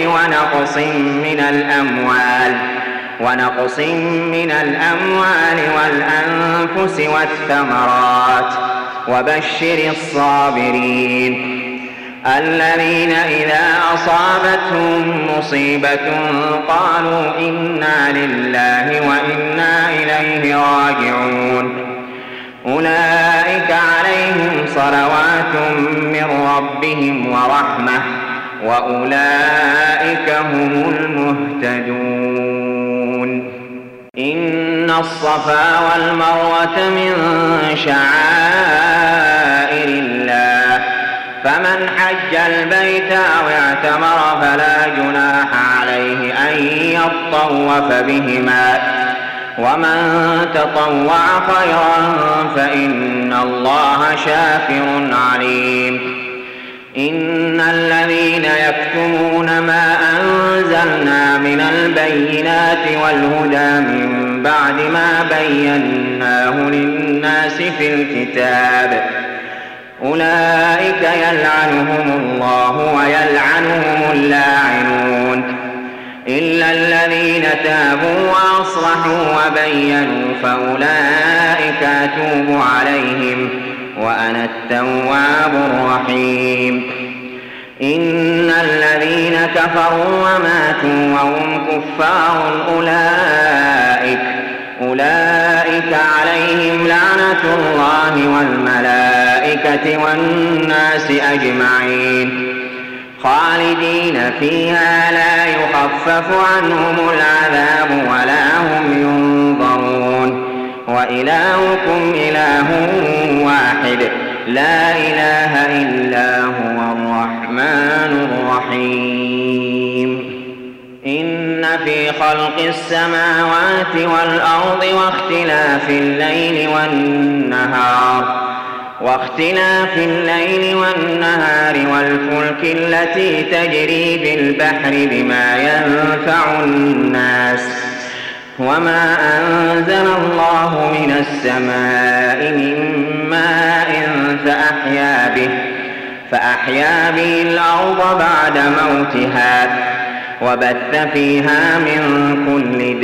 B: ونقص من الأموال والأنفس والثمرات وبشر الصابرين الذين إذا أصابتهم مصيبة قالوا إنا لله وإنا إليه راجعون أولئك عليهم صلوات من ربهم ورحمة وأولئك هم المهتدون إن الصفا والمروة من شعائر الله فمن حج البيت أو اعتمر فلا جناح عليه أن يطوف بهما ومن تطوع خيرا فإن الله شاكر عليم إن الذين يكتمون ما أنزلنا من البينات والهدى من بعد ما بيناه للناس في الكتاب أولئك يلعنهم الله ويلعنهم اللاعنون إلا الذين تابوا وأصلحوا وبينوا فأولئك أتوب عليهم وأنا التواب الرحيم إن الذين كفروا وماتوا وهم كفار أولئك عليهم لعنة الله والملائكة والناس أجمعين خالدين فيها لا يخفف عنهم العذاب ولا هم ينظرون وإلهكم إله واحد لا إله إلا هو الرحمن الرحيم إن في خلق السماوات والأرض واختلاف الليل والنهار والفلك التي تجري بالبحر بما ينفع الناس وما أنزل الله من السماء من ماء فأحيا به الأرض بعد موتها وبث فيها من كل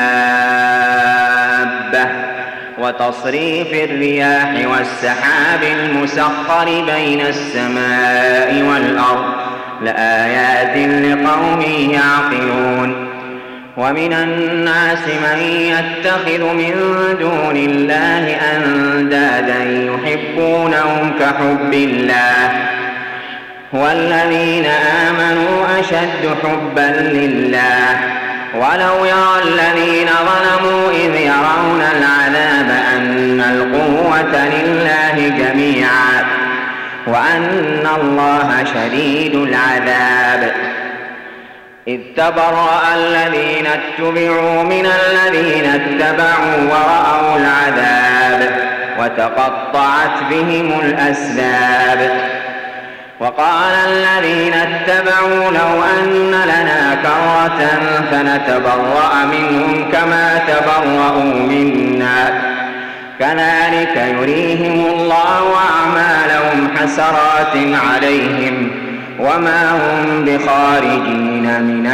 B: دابة وتصريف الرياح والسحاب المسخر بين السماء والأرض لآيات لقوم يعقلون ومن الناس من يتخذ من دون الله أندادا يحبونهم كحب الله والذين آمنوا أشد حبا لله ولو يرى الذين ظلموا إذ يرون العذاب أن القوة لله جميعا وأن الله شديد العذاب إذ تبرأ الذين اتبعوا من الذين اتبعوا ورأوا العذاب وتقطعت بهم الأسباب وقال الذين اتبعوا لو أن لنا كرة فنتبرأ منهم كما تبرأوا منا كذلك يريهم الله أعمالهم حسرات عليهم وما هم بخارجين من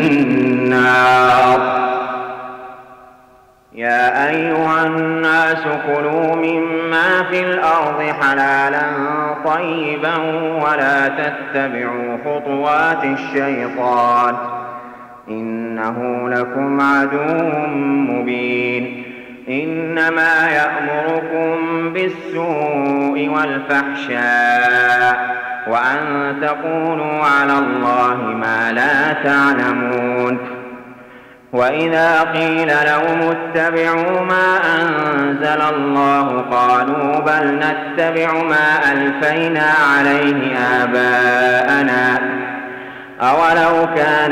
B: النار يا أيها الناس كلوا مما في الأرض حلالا طيبا ولا تتبعوا خطوات الشيطان إنه لكم عدو مبين إنما يأمركم بالسوء والفحشاء وأن تقولوا على الله ما لا تعلمون وإذا قيل لهم اتبعوا ما أنزل الله قالوا بل نتبع ما ألفينا عليه آباءنا أولو كان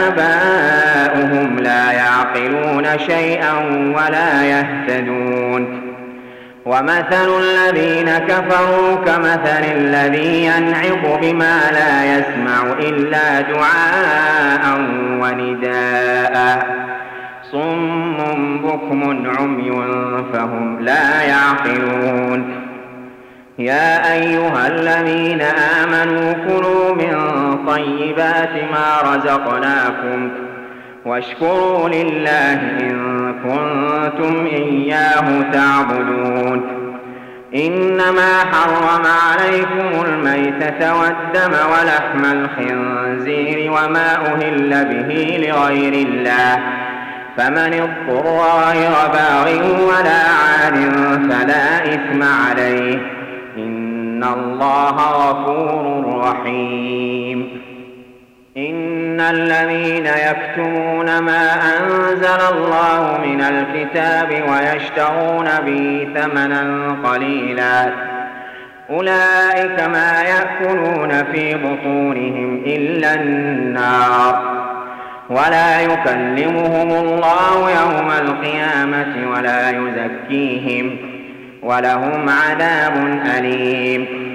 B: آباؤهم لا يعقلون شيئا ولا يهتدون ومثل الذين كفروا كمثل الذي ينعق بما لا يسمع إلا دعاء ونداء صم بكم عمي فهم لا يعقلون يا أيها الذين آمنوا كلوا من طيبات ما رزقناكم واشكروا لله إن كنتم إياه تعبدون إنما حرم عليكم الميتة والدم ولحم الخنزير وما أهل به لغير الله فمن اضطر غير باغ ولا عاد فلا إثم عليه إن الله غفور رحيم إن الذين يكتمون ما أنزل الله من الكتاب ويشترون به ثمنا قليلا أولئك ما يأكلون في بطونهم إلا النار ولا يكلمهم الله يوم القيامة ولا يزكيهم ولهم عذاب أليم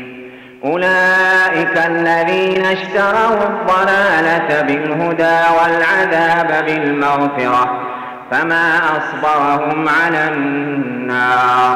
B: أولئك الذين اشتروا الضلالة بالهدى والعذاب بالمغفرة فما أصبرهم على النار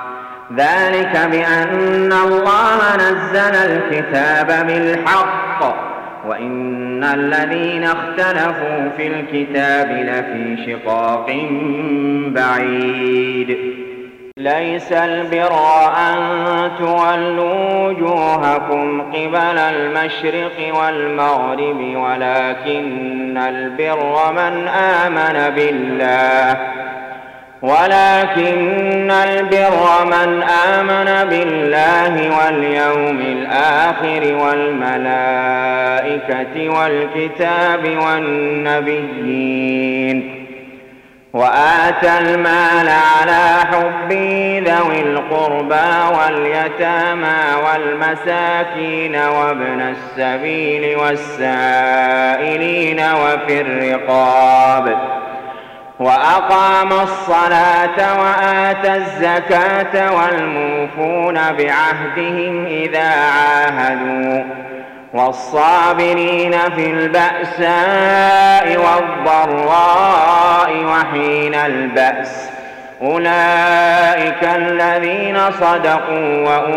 B: ذلك بأن الله نزل الكتاب بالحق وإن الذين اختلفوا في الكتاب لفي شقاق بعيد ليس البر أن تولوا وجوهكم قبل المشرق والمغرب ولكن البر من آمن بالله واليوم الآخر والملائكة والكتاب والنبيين وآتى المال على حبه ذوي القربى واليتامى والمساكين وابن السبيل والسائلين وفي الرقاب وأقام الصلاة وآتى الزكاة والموفون بعهدهم إذا عاهدوا والصابرين في البأساء والضراء وحين البأس أولئك الذين صدقوا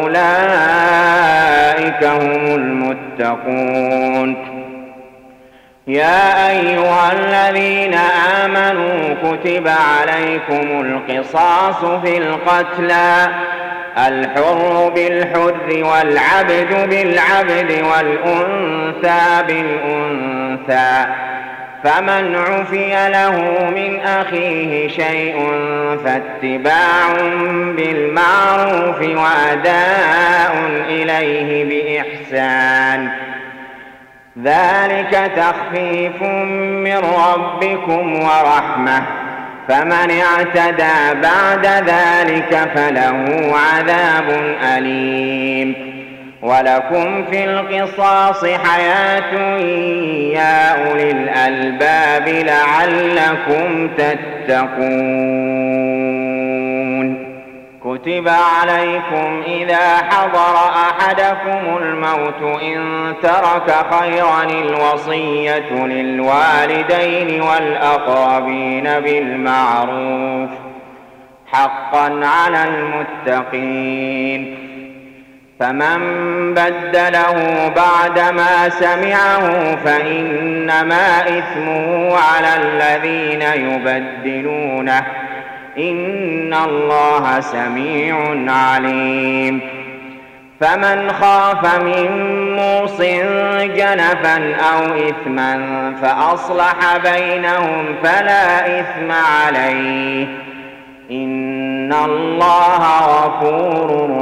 B: وأولئك هم المتقون. يا أيها الذين آمنوا كتب عليكم القصاص في القتلى الحر بالحر والعبد بالعبد والأنثى بالأنثى فمن عفي له من أخيه شيء فاتباع بالمعروف وأداء إليه بإحسان ذلك تخفيف من ربكم ورحمة فمن اعتدى بعد ذلك فله عذاب أليم. ولكم في القصاص حياة يا أولي الألباب لعلكم تتقون. كتب عليكم إذا حضر أحدكم الموت إن ترك خيرا الوصية للوالدين والأقربين بالمعروف حقا على المتقين فمن بدله بعدما سمعه فإنما إثمه على الذين يبدلونه إن الله سميع عليم. فمن خاف من موص جنفا أو إثما فأصلح بينهم فلا إثم عليه إن الله غفور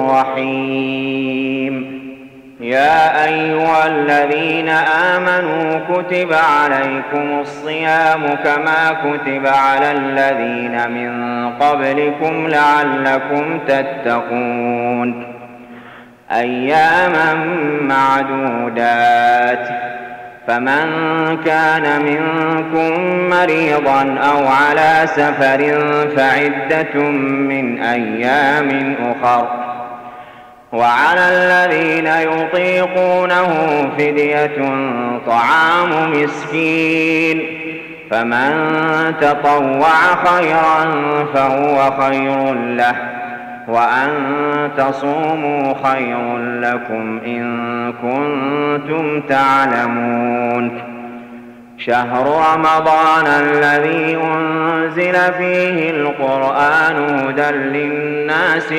B: رحيم. يا أيها الذين آمنوا كتب عليكم الصيام كما كتب على الذين من قبلكم لعلكم تتقون أياما معدودات فمن كان منكم مريضا أو على سفر فعدة من أيام أخر وعلى الذين يطيقونه فدية طعام مسكين فمن تطوع خيرا فهو خير له وأن تصوموا خير لكم إن كنتم تعلمون. شهر رمضان الذي أنزل فيه القرآن هدى للناس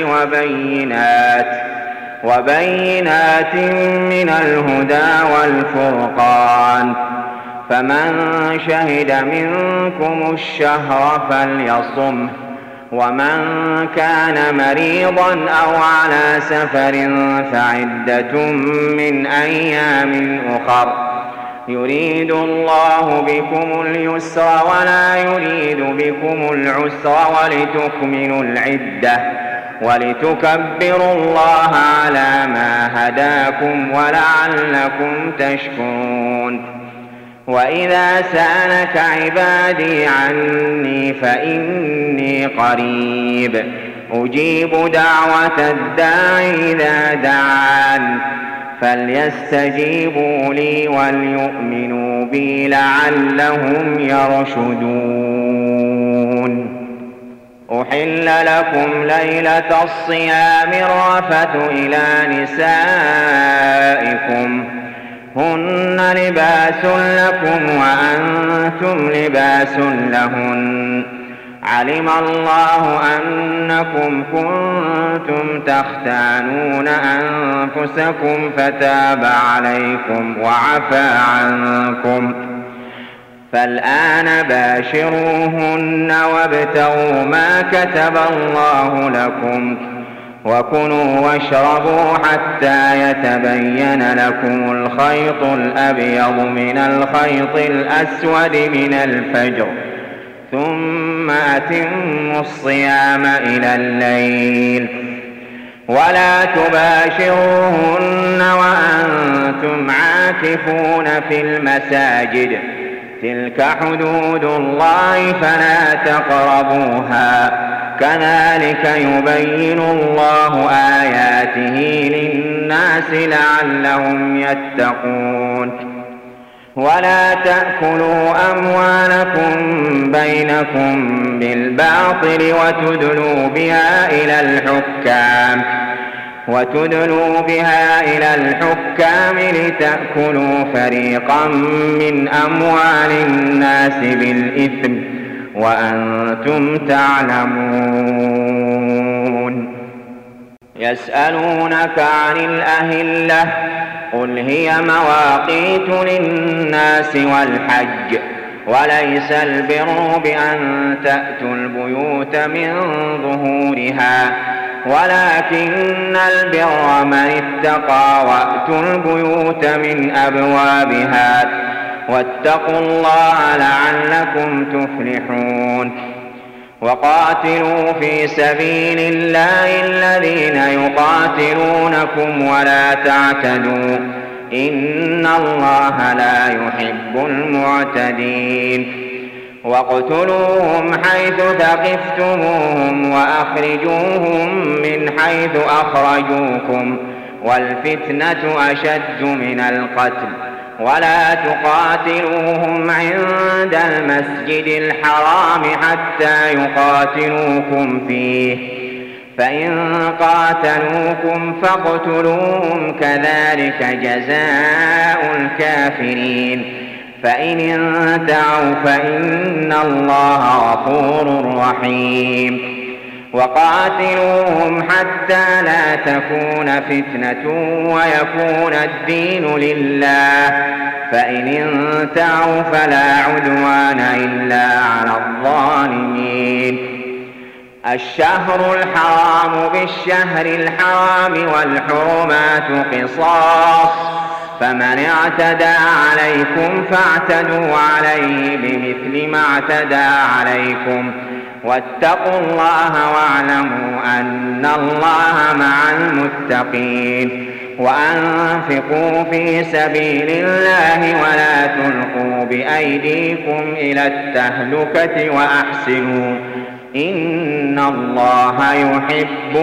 B: وبينات من الهدى والفرقان فمن شهد منكم الشهر فليصمه ومن كان مريضا أو على سفر فعدة من أيام أخر يريد الله بكم اليسر ولا يريد بكم العسر ولتكملوا العدة ولتكبروا الله على ما هداكم ولعلكم تشكرون. وإذا سألك عبادي عني فإني قريب أجيب دعوة الداعي إذا دعان فليستجيبوا لي وليؤمنوا بي لعلهم يرشدون. أحل لكم ليلة الصيام الرفث إلى نسائكم هن لباس لكم وأنتم لباس لهن علم الله أنكم كنتم تختانون أنفسكم فتاب عليكم وعفى عنكم، فالآن باشروهن وابتغوا ما كتب الله لكم، وكلوا واشربوا حتى يتبين لكم الخيط الأبيض من الخيط الأسود من الفجر، ثم أتموا الصيام إلى الليل، ولا تباشروهن وأنتم عاكفون في المساجد، تلك حدود الله فلا تقربوها، كذلك يبين الله آياته للناس لعلهم يتقون. ولا تأكلوا أموالكم بينكم بالباطل وتدلوا بها إلى الحكام لتأكلوا فريقا من أموال الناس بالإثم وأنتم تعلمون. يسألونك عن الأهلة، قل هي مواقيت للناس والحج، وليس البر بأن تأتوا البيوت من ظهورها، ولكن البر من اتقى وأتوا البيوت من أبوابها، واتقوا الله لعلكم تفلحون. وقاتلوا في سبيل الله الذين يقاتلونكم ولا تعتدوا، إن الله لا يحب المعتدين. واقتلوهم حيث ثقفتموهم وأخرجوهم من حيث أخرجوكم، والفتنة أشد من القتل، ولا تقاتلوهم عند المسجد الحرام حتى يقاتلوكم فيه، فإن قاتلوكم فاقتلوهم، كذلك جزاء الكافرين. فإن انتهوا فإن الله غفور رحيم. وقاتلوهم حتى لا تكون فتنة ويكون الدين لله، فإن انتهوا فلا عدوان إلا على الظالمين. الشهر الحرام بالشهر الحرام والحرمات قصاص، فمن اعتدى عليكم فاعتدوا عليه بمثل ما اعتدى عليكم، واتقوا الله واعلموا أن الله مع المتقين. وأنفقوا في سبيل الله ولا تلقوا بأيديكم إلى التهلكة وأحسنوا، إن الله يحب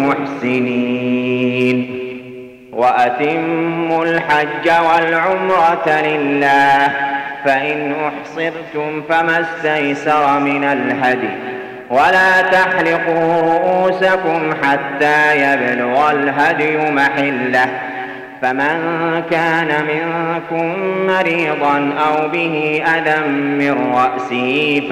B: المحسنين. وأتموا الحج والعمرة لله، فإن أحصرتم فما استيسر من الهدي، ولا تحلقوا رؤوسكم حتى يبلغ الهدي محله، فمن كان منكم مريضا أو به أذى من رأسه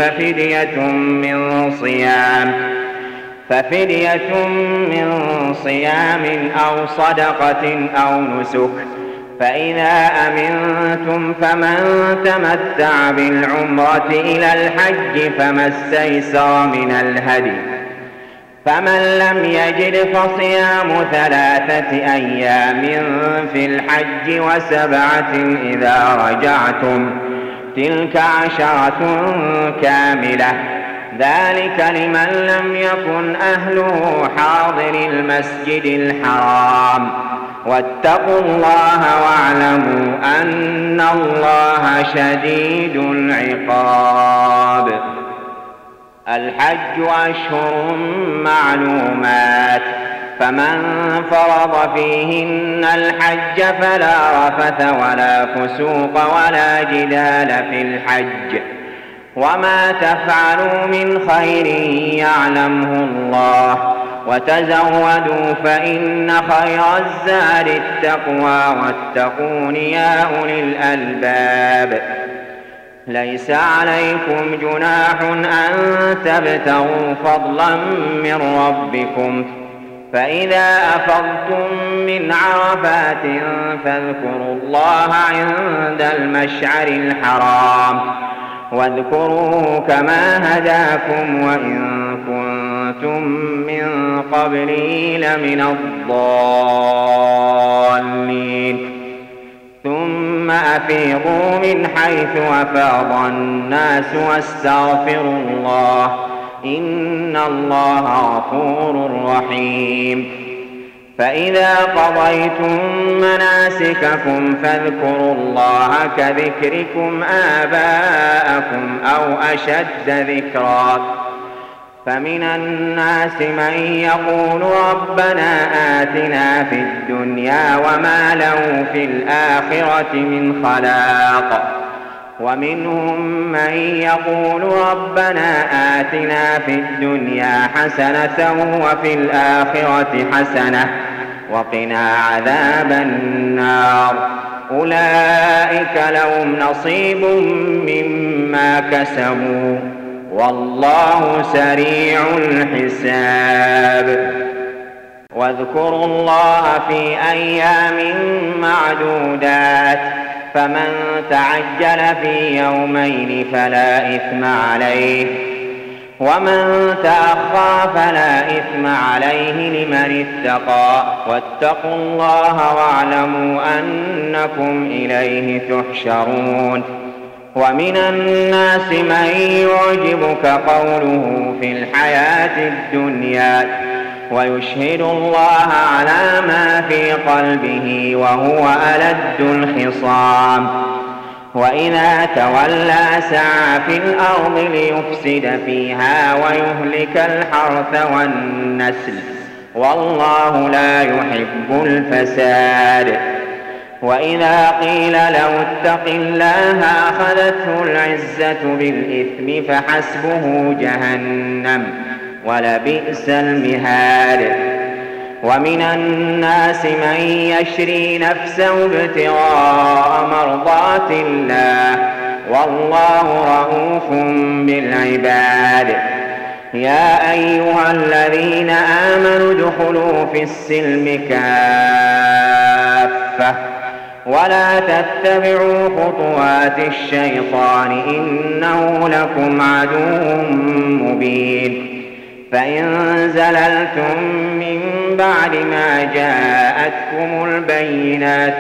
B: ففدية من صيام أو صدقة أو نسك، فإذا أمنتم فمن تمتع بالعمرة إلى الحج فما استيسر من الهدي، فمن لم يجد فصيام 3 أيام في الحج و7 إذا رجعتم، تلك 10 كاملة، ذلك لمن لم يكن أهله حاضر المسجد الحرام. واتقوا الله واعلموا أن الله شديد العقاب. الحج أشهر معلومات، فمن فرض فيهن الحج فلا رفث ولا فسوق ولا جدال في الحج، وما تفعلوا من خير يعلمه الله، وتزودوا فإن خير الزاد التقوى، واتقون يا أولي الألباب. ليس عليكم جناح أن تبتغوا فضلا من ربكم، فإذا أفضتم من عرفات فاذكروا الله عند المشعر الحرام، واذكروه كما هداكم وإن كنتم من قبله لمن الضالين. ثم أفيضوا من حيث أفاض الناس واستغفروا الله، إن الله غفور رحيم. فإذا قضيتم مناسككم فاذكروا الله كذكركم آباءكم أو أشد ذكرا. فمن الناس من يقول ربنا آتنا في الدنيا وما له في الآخرة من خلاق، ومنهم من يقول ربنا آتنا في الدنيا حسنة وفي الآخرة حسنة وقنا عذاب النار. أولئك لهم نصيب مما كسبوا والله سريع الحساب. واذكروا الله في أيام معدودات، فمن تعجل في يومين فلا إثم عليه، ومن تأخر فلا إثم عليه لمن اتقى. واتقوا الله واعلموا أنكم إليه تحشرون. ومن الناس من يعجبك قوله في الحياة الدنيا ويشهد الله على ما في قلبه وهو ألد الخصام، وإذا تولى سعى في الأرض ليفسد فيها ويهلك الحرث والنسل، والله لا يحب الفساد. وإذا قيل له اتق الله أخذته العزة بالإثم فحسبه جهنم ولبئس المهاد. ومن الناس من يشري نفسه ابتغاء مرضات الله والله رءوف بالعباد. يا أيها الذين آمنوا ادخلوا في السلم كافة ولا تتبعوا خطوات الشيطان إنه لكم عدو مبين. فإن زللتم من بعد ما جاءتكم البينات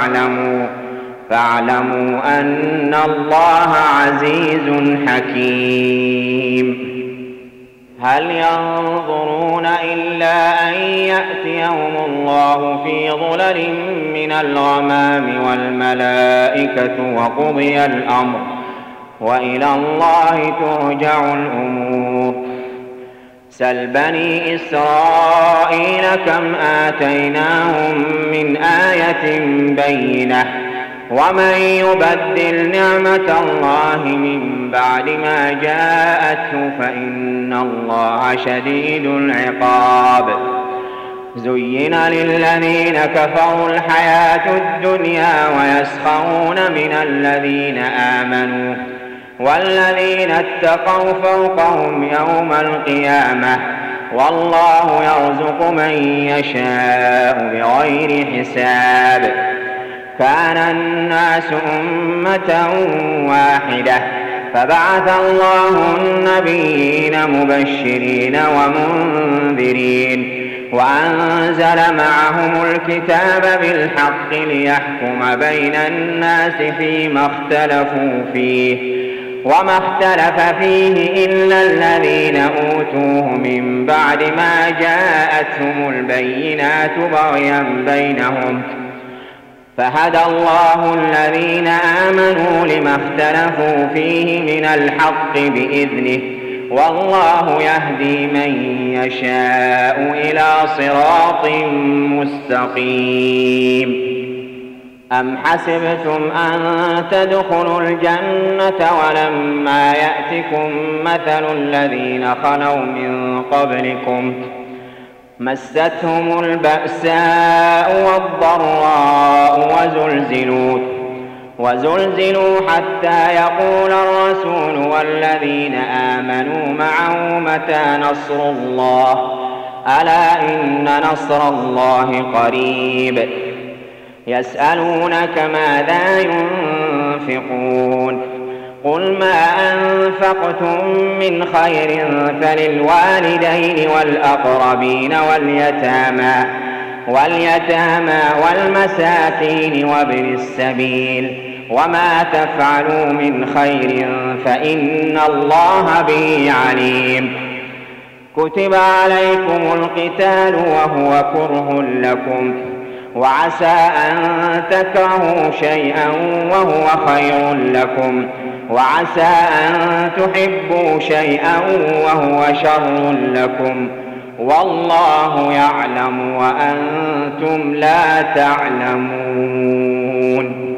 B: فاعلموا أن الله عزيز حكيم. هل ينظرون إلا أن يأتيهم الله في ظلل من الغمام والملائكة وقضي الأمر وإلى الله ترجع الأمور. سل بني إسرائيل كم آتيناهم من آية بينة ومن يبدل نعمة الله من بعد ما جاءته فإن الله شديد العقاب. زين للذين كفروا الحياة الدنيا ويسخرون من الذين آمنوا والذين اتقوا فوقهم يوم القيامة والله يرزق من يشاء بغير حساب. كان الناس أمة واحدة فبعث الله النبيين مبشرين ومنذرين وأنزل معهم الكتاب بالحق ليحكم بين الناس فيما اختلفوا فيه وما اختلف فيه إلا الذين أوتوه من بعد ما جاءتهم البينات بغيا بينهم فهدى الله الذين آمنوا لما اختلفوا فيه من الحق بإذنه والله يهدي من يشاء إلى صراط مستقيم. أم حسبتم أن تدخلوا الجنة ولما يأتكم مثل الذين خلوا من قبلكم مستهم البأساء والضراء وزلزلوا حتى يقول الرسول والذين آمنوا معه متى نصر الله ألا إن نصر الله قريب يسألونك ماذا ينفقون قل ما أنفقتم من خير فللوالدين والأقربين واليتامى والمساكين وابن السبيل وما تفعلوا من خير فإن الله به عليم كتب عليكم القتال وهو كره لكم وعسى أن تكرهوا شيئا وهو خير لكم وعسى أن تحبوا شيئا وهو شر لكم والله يعلم وأنتم لا تعلمون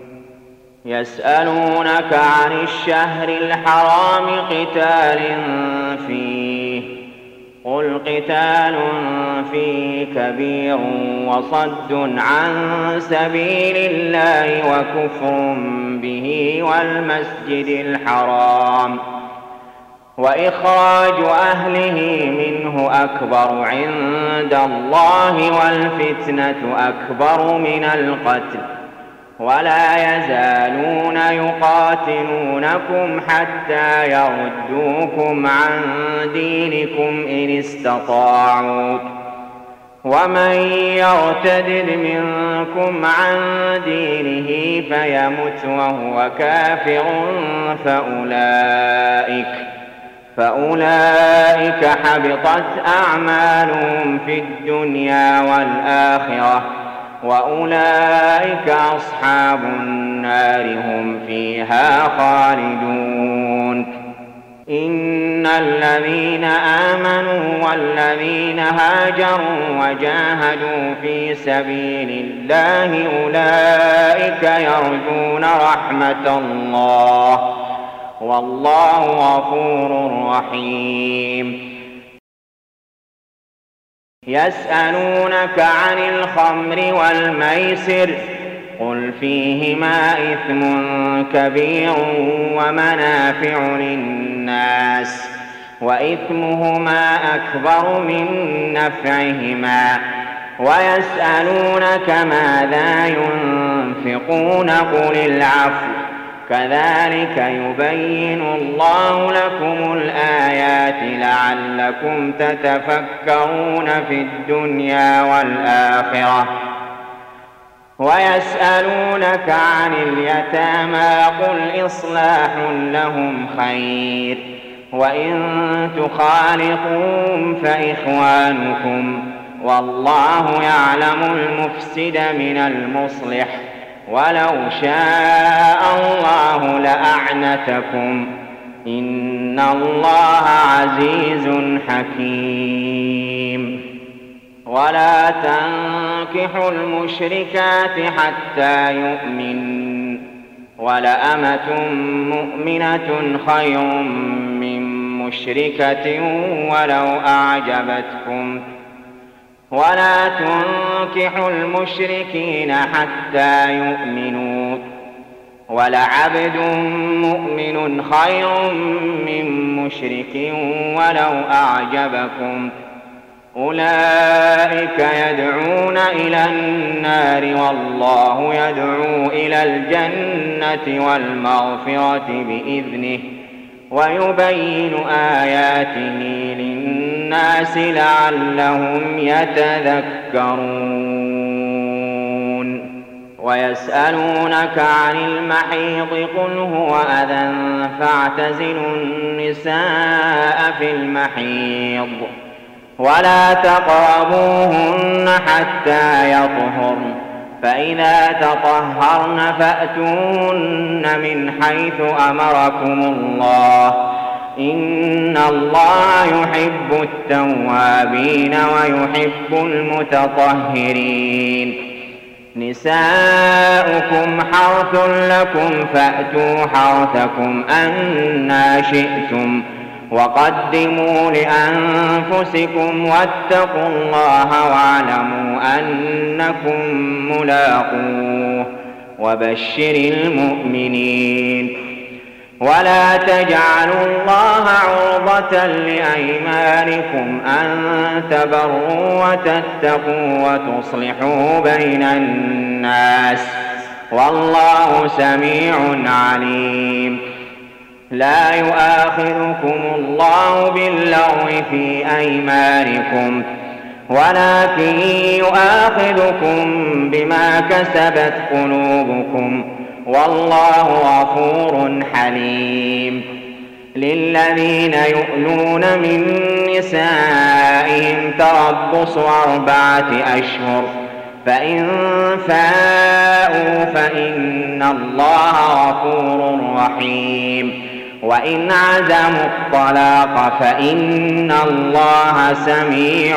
B: يسألونك عن الشهر الحرام قتال فيه قل قتال فيه كبير وصد عن سبيل الله وكفر به والمسجد الحرام وإخراج أهله منه أكبر عند الله والفتنة أكبر من القتل ولا يزالون يقاتلونكم حتى يردوكم عن دينكم إن استطاعوا ومن يرتد منكم عن دينه فيمت وهو كافر فأولئك حبطت أعمالهم في الدنيا والآخرة وأولئك أصحاب النار هم فيها خالدون إن الذين آمنوا والذين هاجروا وجاهدوا في سبيل الله أولئك يرجون رحمة الله والله غفور رحيم يسألونك عن الخمر والميسر قل فيهما إثم كبير ومنافع للناس وإثمهما أكبر من نفعهما ويسألونك ماذا ينفقون قل العفو كذلك يبين الله لكم الآيات لعلكم تتفكرون في الدنيا والآخرة ويسألونك عن اليتامى قل إصلاح لهم خير وإن تخالطوهم فإخوانكم والله يعلم المفسد من المصلح ولو شاء الله لأعنتكم إن الله عزيز حكيم ولا تنكحوا المشركات حتى يؤمنوا ولأمة مؤمنة خير من مشركة ولو أعجبتكم ولا تنكحوا المشركين حتى يؤمنوا ولعبد مؤمن خير من مشرك ولو أعجبكم أولئك يدعون إلى النار والله يدعو إلى الجنة والمغفرة بإذنه ويبين آياته للناس لعلهم يتذكرون ويسألونك عن المحيض قل هو أذى فاعتزلوا النساء في المحيض ولا تقربوهن حتى يطهرن فإذا تطهرن فأتوهن من حيث أمركم الله إن الله يحب التوابين ويحب المتطهرين نساؤكم حرث لكم فأتوا حرثكم أنى شئتم وقدموا لأنفسكم واتقوا الله واعلموا أنكم ملاقوه وبشر المؤمنين. ولا تجعلوا الله عرضة لأيمانكم أن تبروا وتتقوا وتصلحوا بين الناس والله سميع عليم. لا يؤاخذكم الله باللغو في أيمانكم ولكن يؤاخذكم بما كسبت قلوبكم والله غفور حليم. للذين يؤلون من نسائهم تربص 4 أشهر فإن فاءوا فإن الله غفور رحيم. وإن عزموا الطلاق فإن الله سميع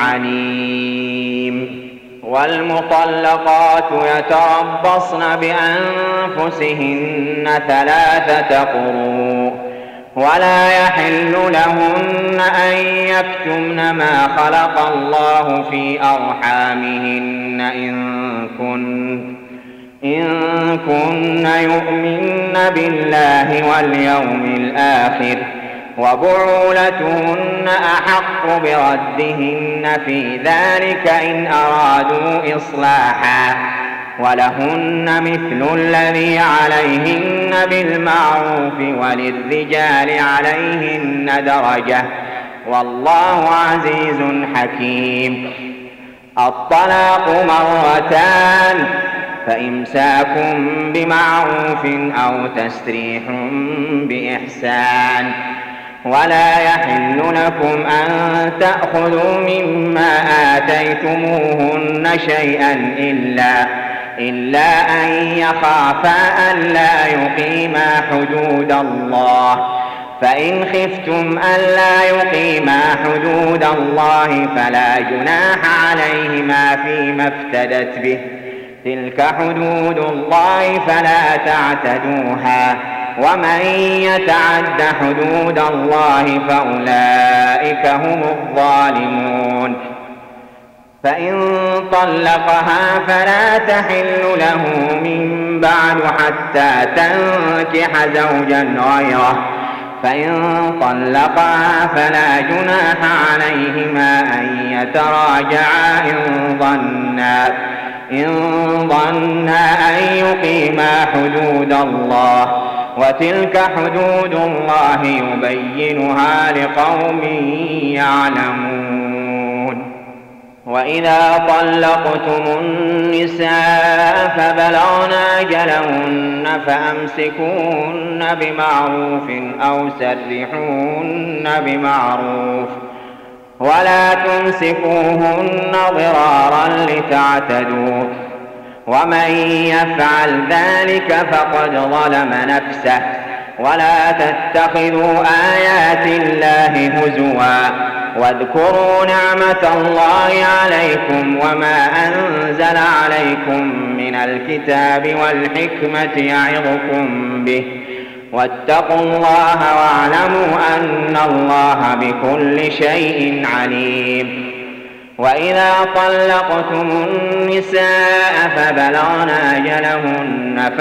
B: عليم. والمطلقات يتربصن بأنفسهن 3 قروء ولا يحل لهن أن يكتمن ما خلق الله في أرحامهن إن كن يؤمن بالله واليوم الآخر وبعولتهن أحق بردهن في ذلك إن أرادوا إصلاحا ولهن مثل الذي عليهن بالمعروف وللرجال عليهن درجة والله عزيز حكيم. الطلاق 2 فإمساك بمعروف أو تسريح بإحسان. ولا يحل لكم أن تأخذوا مما آتيتموهن شيئا إلا أن يخافا ألا يقيما حدود الله. فإن خفتم ألا يقيما حدود الله فلا جناح عليهما فيما افتدت به. تلك حدود الله فلا تعتدوها ومن يتعد حدود الله فأولئك هم الظالمون. فإن طلقها فلا تحل له من بعد حتى تنكح زوجا غيره. فإن طلقها فلا جناح عليهما أن يتراجعا إن ظنا أن يقيما حدود الله وتلك حدود الله يبينها لقوم يعلمون. وإذا طلقتم النساء فبلغن أجلهن فأمسكوهن بمعروف أو سرحوهن بمعروف ولا تمسكوهن ضرارا لتعتدوا ومن يفعل ذلك فقد ظلم نفسه. ولا تتخذوا آيات الله هزوا واذكروا نعمة الله عليكم وما أنزل عليكم من الكتاب والحكمة يعظكم به واتقوا الله واعلموا أن الله بكل شيء عليم. وإذا طلقتم النساء فبلغن أجلهن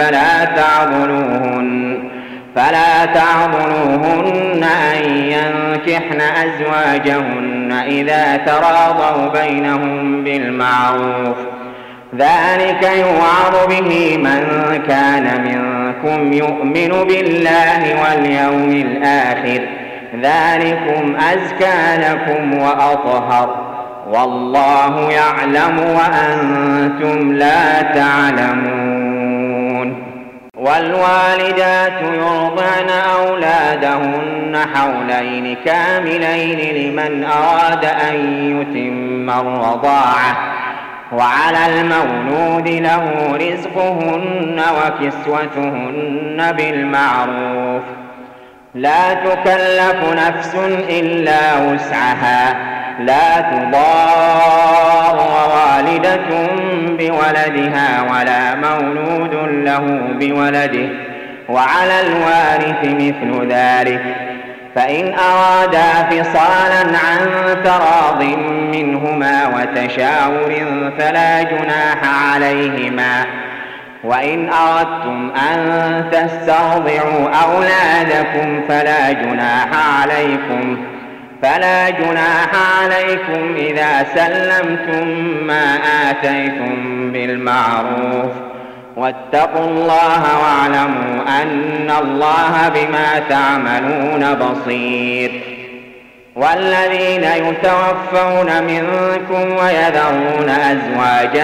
B: فلا تعضلوهن أن ينكحن أزواجهن إذا تراضوا بينهم بالمعروف. ذلك يوعظ به من كان منكم يؤمن بالله واليوم الآخر ذلكم أزكى لكم وأطهر والله يعلم وأنتم لا تعلمون. والوالدات يرضعن أولادهن حولين كاملين لمن أراد أن يتم الرضاعة وعلى المولود له رزقهن وكسوتهن بالمعروف. لا تكلف نفس إلا وسعها. لا تضار والدة بولدها ولا مولود له بولده وعلى الوارث مثل ذلك. فإن أرادا فصالا عن تراض منهما وتشاور فلا جناح عليهما وإن أردتم أن تسترضعوا أولادكم فلا جناح عليكم إذا سلمتم ما آتيتم بالمعروف واتقوا الله واعلموا أن الله بما تعملون بصير. والذين يتوفون منكم ويذرون أزواجا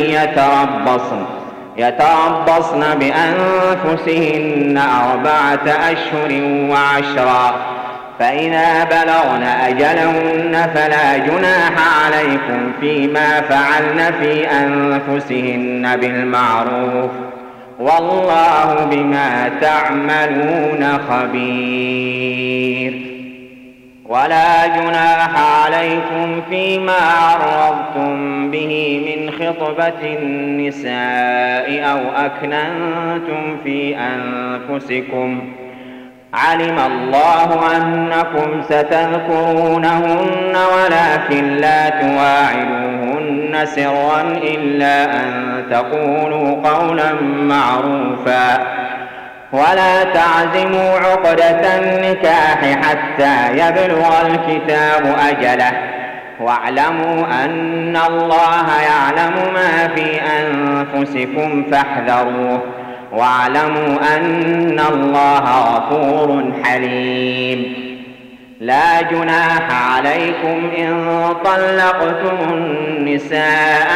B: يتربصن بأنفسهن 4 أشهر و10، فإذا بلغن أجلهن فلا جناح عليكم فيما فعلن في أنفسهن بالمعروف، والله بما تعملون خبير. ولا جناح عليكم فيما عرضتم به من خطبة النساء أو أكننتم في أنفسكم، علم الله أنكم ستذكرونهن ولكن لا تواعدوهن سرا إلا أن تقولوا قولا معروفا، ولا تعزموا عقدة النكاح حتى يبلغ الكتاب أجله، واعلموا أن الله يعلم ما في أنفسكم فاحذروه، واعلموا أن الله غفور حليم. لا جناح عليكم إن طلقتم النساء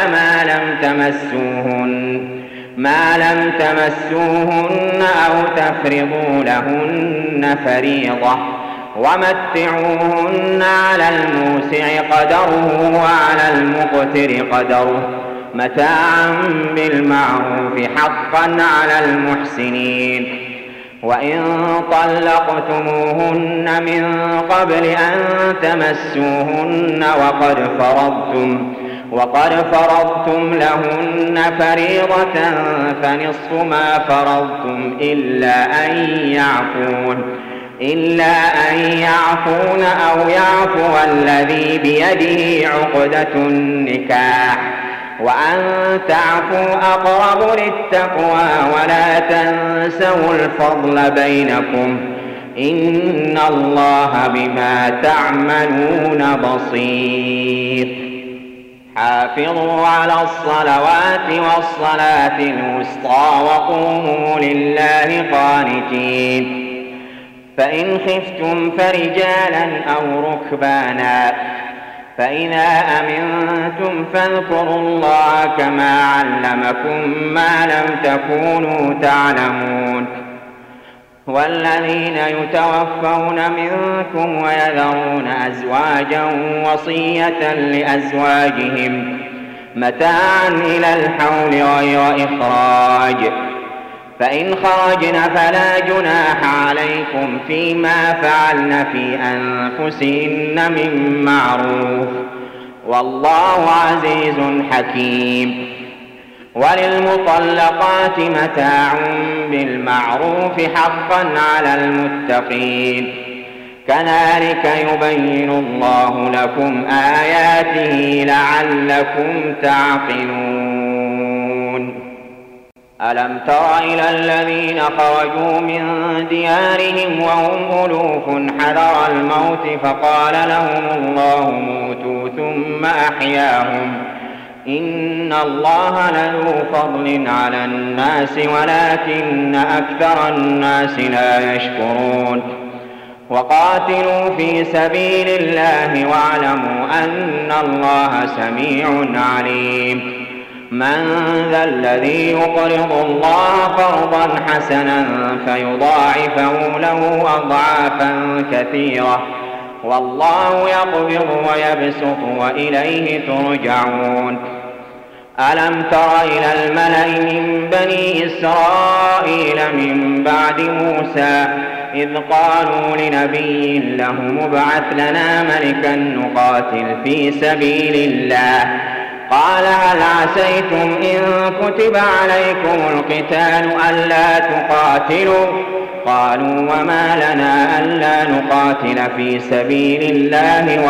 B: ما لم تمسوهن أو تفرضوا لهن فريضة، ومتعوهن على الموسع قدره وعلى المقتر قدره متاعا بالمعروف حقا على المحسنين. وإن طلقتموهن من قبل أن تمسوهن وقد فرضتم لهن فريضة فنصف ما فرضتم إلا أن يعفون أو يعفو الذي بيده عقدة النكاح، وأن تعفوا أقرب للتقوى، ولا تنسوا الفضل بينكم، إن الله بما تعملون بصير. حافظوا على الصلوات والصلاة الوسطى وقوموا لله قانتين. فإن خفتم فرجالا أو ركبانا، فإذا أمنتم فاذكروا الله كما علمكم ما لم تكونوا تعلمون. والذين يتوفون منكم ويذرون أزواجا وصية لأزواجهم متاعا إلى الحول غير إخراج، فإن خرجن فلا جناح عليكم فيما فعلن في أنفسهن من معروف، والله عزيز حكيم. وللمطلقات متاع بالمعروف حقا على المتقين، كذلك يبين الله لكم آياته لعلكم تعقلون. ألم تر إلى الذين خرجوا من ديارهم وهم ألوف حذر الموت فقال لهم الله موتوا ثم أحياهم، إن الله لذو فضل على الناس ولكن أكثر الناس لا يشكرون. وقاتلوا في سبيل الله واعلموا أن الله سميع عليم. من ذا الذي يقرض الله قرضا حسنا فيضاعفه له أضعافا كثيرة، والله يقبض ويبسط وإليه ترجعون. ألم تر إلى الملأ من بني إسرائيل من بعد موسى إذ قالوا لنبي له ابعث لنا ملكا نقاتل في سبيل الله، قال هل عسيتم إن كتب عليكم القتال ألا تقاتلوا؟ قالوا وما لنا ألا نقاتل في سبيل الله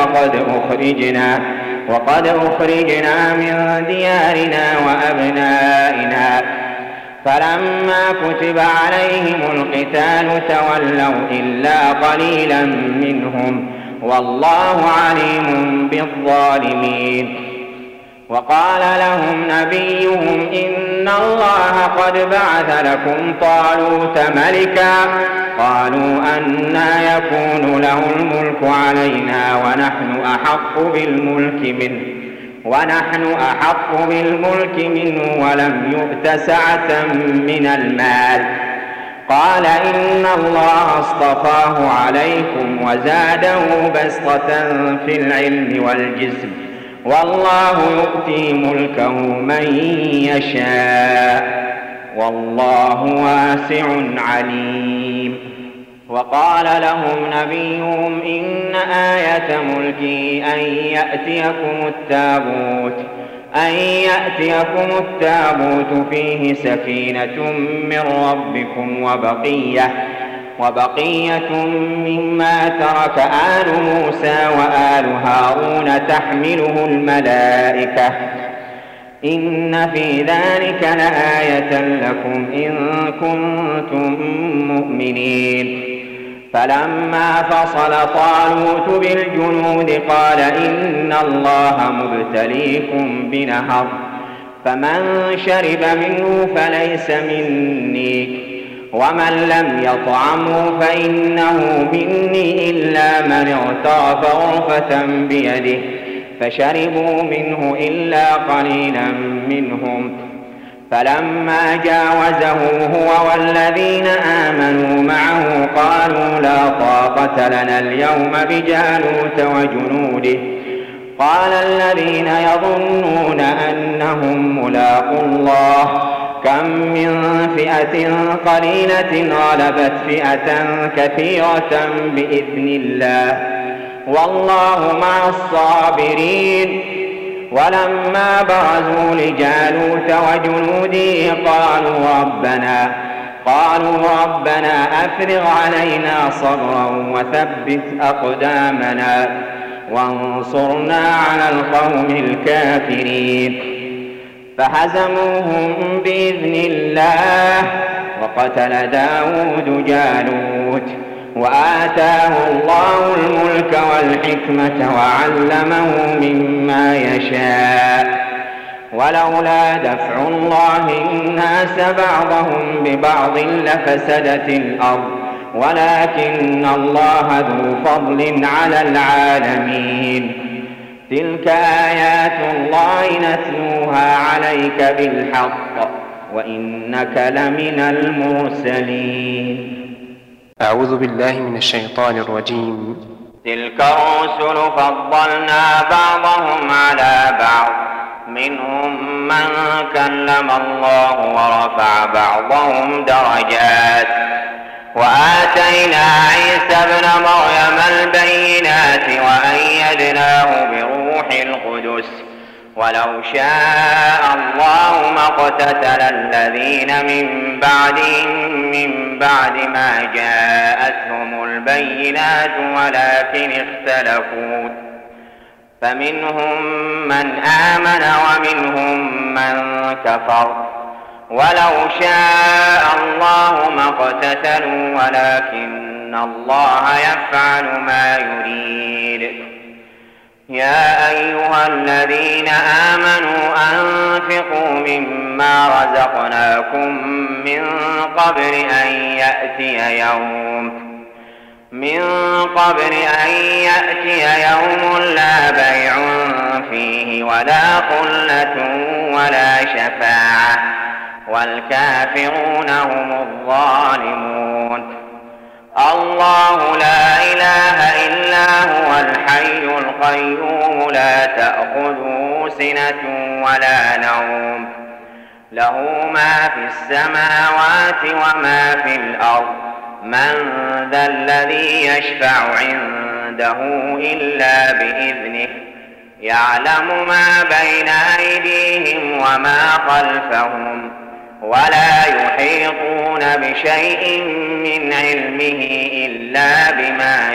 B: وقد أخرجنا من ديارنا وأبنائنا، فلما كتب عليهم القتال تولوا إلا قليلا منهم والله عليم بالظالمين. وقال لهم نبيهم إن الله قد بعث لكم طالوت ملكا. قالوا أنى يكون له الملك علينا ونحن أحق بالملك منه ولم يؤت سعة من المال. قال إن الله اصطفاه عليكم وزاده بسطة في العلم والجسم والله يؤتي ملكه من يشاء والله واسع عليم. وقال لهم نبيهم إن آية ملكي أن يأتيكم التابوت فيه سكينة من ربكم وبقية مما ترك آل موسى وآل هارون تحمله الملائكة إن في ذلك لآية لكم إن كنتم مؤمنين. فلما فصل طالوت بالجنود قال إن الله مبتليكم بنهر فمن شرب منه فليس مني ومن لم يطعمه فإنه مني إلا من اغترف غرفة بيده فشربوا منه إلا قليلا منهم. فلما جاوزه هو والذين آمنوا معه قالوا لا طاقة لنا اليوم بجالوت وجنوده. قال الذين يظنون أنهم ملاقو الله كم من فئة قليلة غلبت فئة كثيرة بإذن الله والله مع الصابرين. ولما برزوا لجالوت وجنوده قالوا ربنا أفرغ علينا صبرا وثبت أقدامنا وانصرنا على القوم الكافرين. فهزموهم بإذن الله وقتل داود جالوت وآتاه الله الملك والحكمة وعلمه مما يشاء. ولولا دفع الله الناس بعضهم ببعض لفسدت الأرض ولكن الله ذو فضل على العالمين. تلك آيات الله نتلوها عليك بالحق وإنك لمن المرسلين.
A: أعوذ بالله من الشيطان الرجيم.
B: تلك الرسل فضلنا بعضهم على بعض منهم من كلم الله ورفع بعضهم درجات وآتينا عيسى ابن مريم البينات وأيدناه بروح القدس ولو شاء الله ما اقتتل الذين من بعدهم من بعد ما جاءتهم البينات ولكن اختلفوا فمنهم من آمن ومنهم من كفر ولو شاء الله ما اقتتلوا ولكن الله يفعل ما يريد. يا أيها الذين آمنوا أنفقوا مما رزقناكم من قبل أن يأتي يوم لا بيع فيه ولا خلة ولا شفاعة والكافرون هم الظالمون. الله لا إله إلا هو الحي القيوم لا تأخذه سنة ولا نوم له ما في السماوات وما في الأرض من ذا الذي يشفع عنده إلا بإذنه يعلم ما بين أيديهم وما خلفهم ولا يحيطون بشيء من علمه إلا بما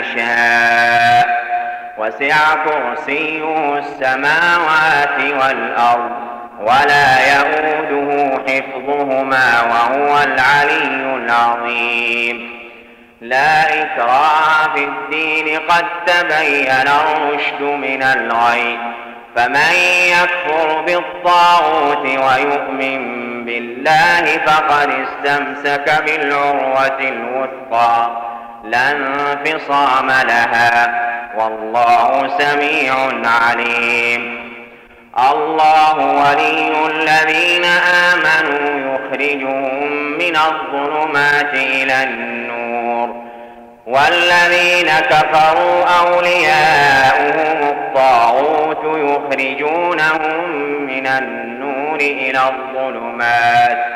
B: شاء وسع كرسيه السماوات والأرض ولا يئوده حفظهما وهو العلي العظيم. لا إكراه في الدين قد تبين الرشد من الغي، فمن يكفر بالطاغوت ويؤمن بالله فقد استمسك بالعروة الوثقى لا انفصام لها، والله سميع عليم. الله ولي الذين آمنوا يخرجهم من الظلمات إلى النور، والذين كفروا أولياؤهم الطاغوت يخرجونهم من النور إلى الظلمات،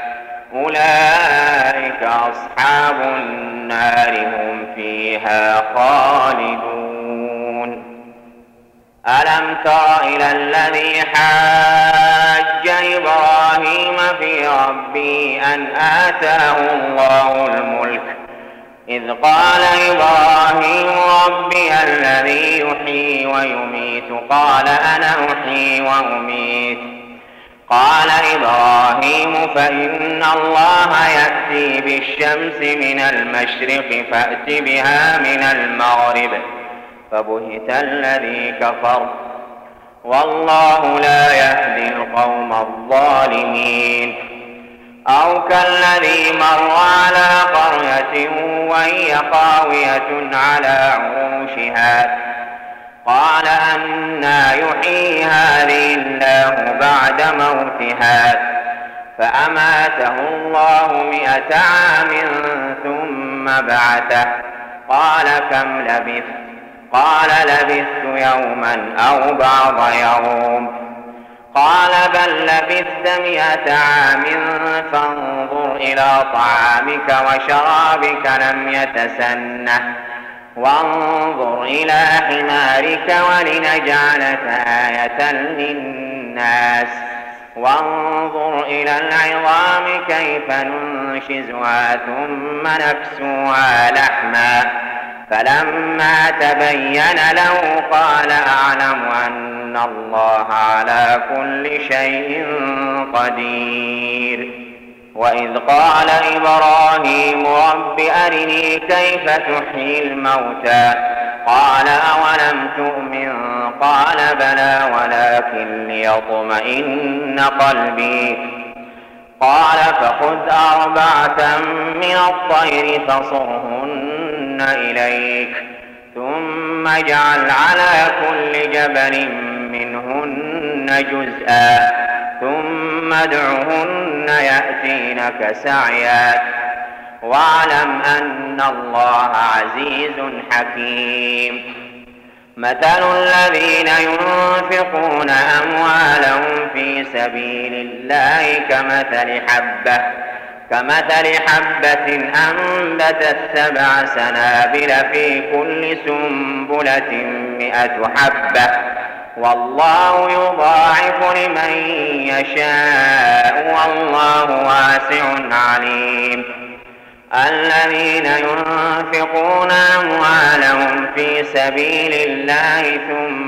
B: أولئك أصحاب النار هم فيها خالدون. ألم تر إلى الذي حاج إبراهيم في ربه أن آتاه الله الملك، إذ قال إبراهيم ربي الذي يحيي ويميت قال أنا أحيي وأميت. قال إبراهيم فإن الله يأتي بالشمس من المشرق فأت بها من المغرب، فبهت الذي كفر والله لا يهدي القوم الظالمين. أو كالذي مر على قرية وهي خاوية على عروشها قال أنى يحيي هذه الله بعد موتها، فأماته الله 100 عام ثم بعثه، قال كم لبثت؟ قال لبثت يوما أو بعض يوم، قال بل لبثت 100 عام فانظر إلى طعامك وشرابك لم يتسنه، وانظر إلى حمارك ولنجعلك آية للناس، وانظر إلى العظام كيف ننشزها ثم نكسوها لحما، فلما تبين له قال أعلم أن الله على كل شيء قدير. وإذ قال إبراهيم رب أرني كيف تحيي الموتى، قال أولم تؤمن؟ قال بلى ولكن ليطمئن قلبي. قال فخذ 4 من الطير فصرهن إليك، ثم اجعل على كل جبل منهن جزءا، ثم ادعهن يأتينك سعيا، واعلم أن الله عزيز حكيم. مثل الذين ينفقون أموالهم في سبيل الله كمثل حبة أنبتت 7 سنابل في كل سنبلة 100 حبة، والله يضاعف لمن يشاء والله واسع عليم. الذين ينفقون أموالهم في سبيل الله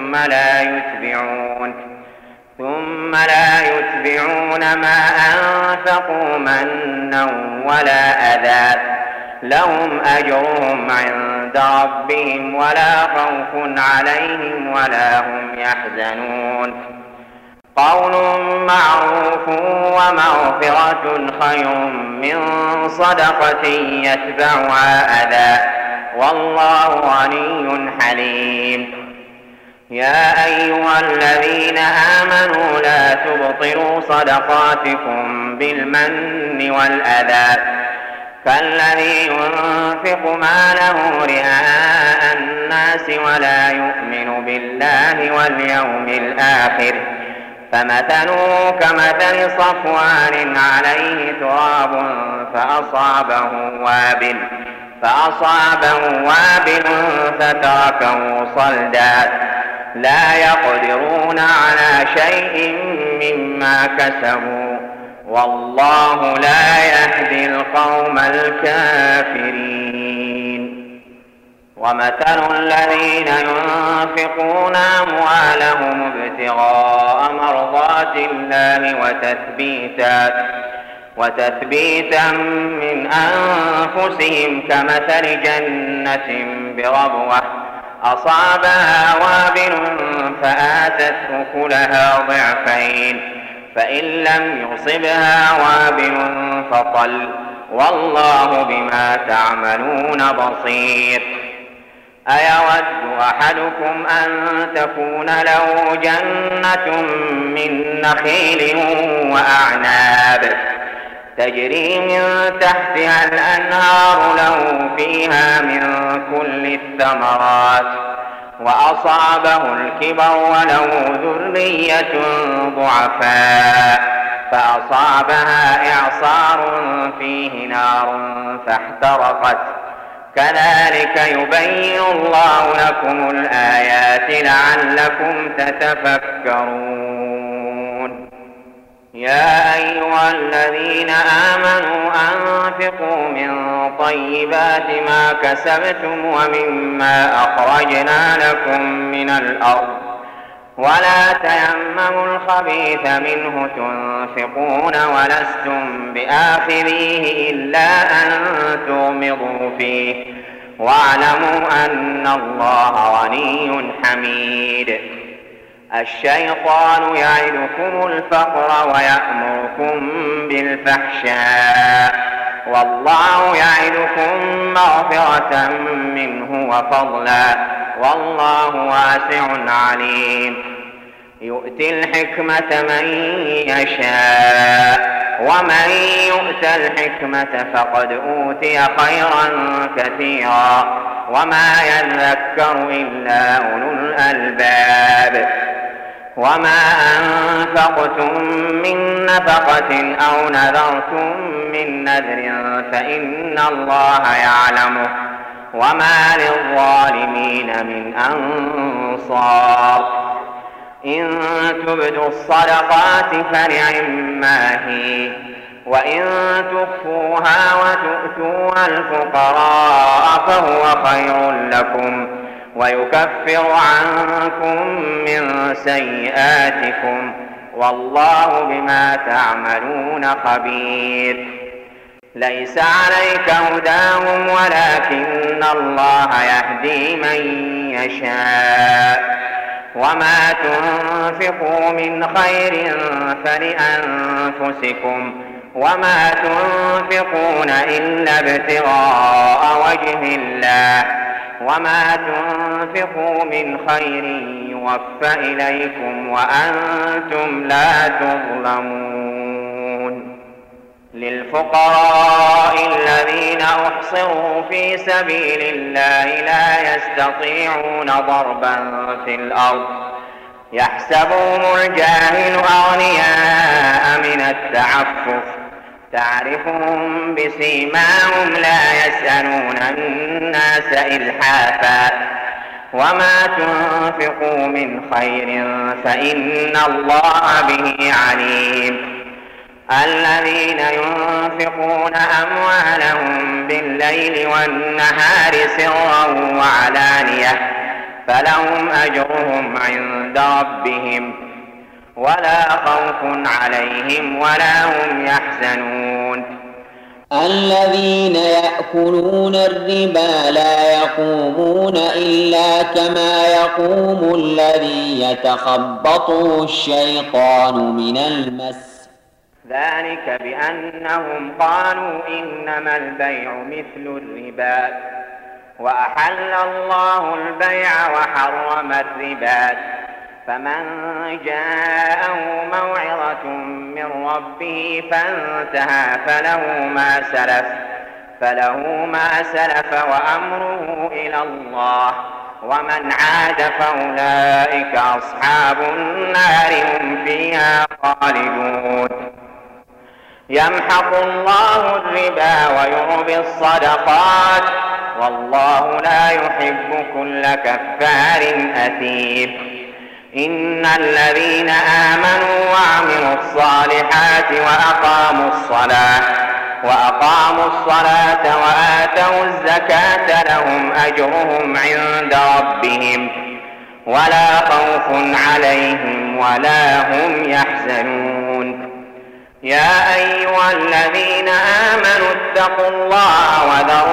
B: ثم لا يتبعون ما أنفقوا منا ولا أذى، لهم أجرهم عند ربهم ولا خوف عليهم ولا هم يحزنون. قول معروف ومغفرة خير من صدقة يتبعها أذى، والله غني حليم. يا أيها الذين آمنوا لا تبطلوا صدقاتكم بالمن والأذى، كالذي ينفق ماله رئاء الناس ولا يؤمن بالله واليوم الآخر، فمثله كمثل صفوان عليه تراب فأصابه وابل فتركه صلدا، لا يقدرون على شيء مما كسبوا، والله لا يهدي القوم الكافرين. ومثل الذين ينفقون أموالهم ابتغاء مرضات الله وتثبيتا من أنفسهم كمثل جنة بربوة أصابها وابل فآتت أكلها ضعفين فإن لم يصبها وابل فطل والله بما تعملون بصير. أيود أحدكم أن تكون له جنة من نخيل وأعناب تجري من تحتها الأنهار له فيها من كل الثمرات وأصابه الكبر وله ذرية ضعفاء فأصابها إعصار فيه نار فاحترقت كذلك يبين الله لكم الآيات لعلكم تتفكرون. يا أيها الذين آمنوا أنفقوا من طيبات ما كسبتم ومما أخرجنا لكم من الأرض ولا تيمموا الخبيث منه تنفقون ولستم بآخذيه إلا أن تغمضوا فيه واعلموا أن الله غني حميد. الشيطان يعدكم الفقر ويأمركم بالفحشاء والله يعدكم مغفرة منه وفضلا والله واسع عليم. يؤتي الحكمة من يشاء ومن يؤت الحكمة فقد أوتي خيرا كثيرا وما يذكر إلا أولو الألباب. وما أنفقتم من نفقة أو نذرتم من نذر فإن الله يعلمه وما للظالمين من أنصار. إن تبدوا الصدقات فنعما هي وإن تخفوها وتؤتوها الفقراء فهو خير لكم ويكفر عنكم من سيئاتكم والله بما تعملون خبير. ليس عليك هداهم ولكن الله يهدي من يشاء وما تنفقوا من خير فلأنفسكم وما تنفقون إلا ابتغاء وجه الله وما تنفقوا من خير يوفى إليكم وأنتم لا تظلمون. للفقراء الذين أحصروا في سبيل الله لا يستطيعون ضربا في الأرض يحسبهم الجاهل أغنياء من التعفف تعرفهم بسيماهم لا يسألون الناس إلحافا وما تنفقوا من خير فإن الله به عليم. الذين ينفقون أموالهم بالليل والنهار سرا وعلانية فلهم أجرهم عند ربهم ولا خوف عليهم ولا هم يحزنون.
C: الذين يأكلون الربا لا يقومون إلا كما يقوم الذي يتخبطه الشيطان من المس
B: ذلك بأنهم قالوا إنما البيع مثل الربا وأحل الله البيع وحرم الربا فمن جاءه موعظة من ربه فانتهى فله ما سلف وأمره إلى الله ومن عاد فأولئك أصحاب النار هم فيها خالدون. يمحق الله الربا ويربي الصدقات والله لا يحب كل كفار أثيم. إن الذين آمنوا وعملوا الصالحات وأقاموا الصلاة وآتوا الزكاة لهم أجرهم عند ربهم ولا خوف عليهم ولا هم يحزنون. يا أيها الذين آمنوا اتقوا الله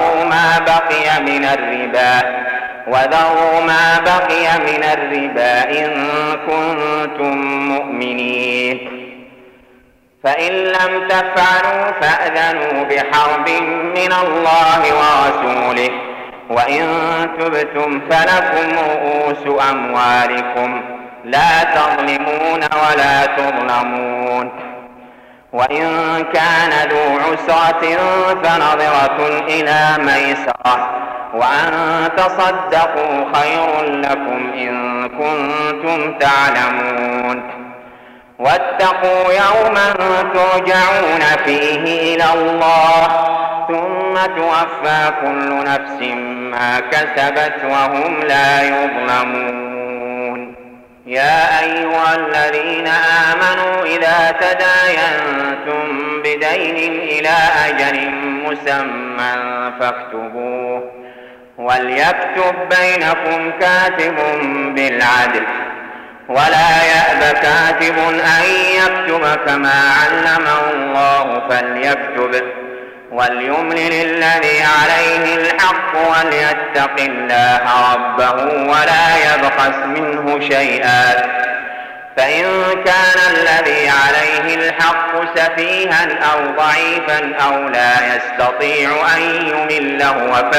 B: وذروا ما بقي من الربا إن كنتم مؤمنين. فإن لم تفعلوا فأذنوا بحرب من الله ورسوله، وإن تبتم فلكم رؤوس أموالكم لا تظلمون ولا تظلمون. وإن كان ذو عسرة فنظرة إلى ميسرة، وأن تصدقوا خير لكم إن كنتم تعلمون. واتقوا يوما ترجعون فيه إلى الله ثم توفى كل نفس ما كسبت وهم لا يظلمون. يا أيها الذين آمنوا إذا تداينتم بدين إلى أجل مسمى فاكتبوه، وليكتب بينكم كاتب بالعدل ولا يأب كاتب أن يكتب كما علمه الله فليكتب، وليملل الذي عليه الحق وليتق الله ربه ولا يبخس منه شيئا، فإن كان الذي عليه الحق سفيها أو ضعيفا أو لا يستطيع أن يمل هو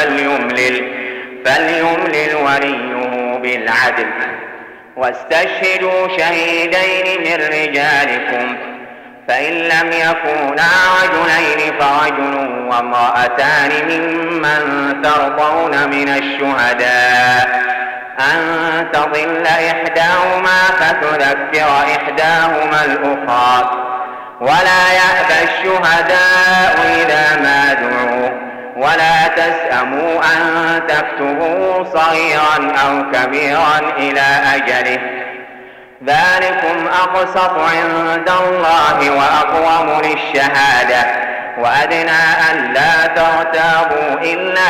B: فليملل وليه بالعدل. واستشهدوا شهيدين من رجالكم، فإن لم يكونا رجلين فرجل وامرأتان ممن ترضون من الشهداء أن تضل إحداهما فتذكر إحداهما الأخرى، ولا يأبى الشهداء إذا ما دعوا، ولا تسأموا أن تكتبوا صغيرا أو كبيرا إلى أجله، ذلكم أقسط عند الله وأقوم للشهادة، وأدنى أن لا ترتابوا إلا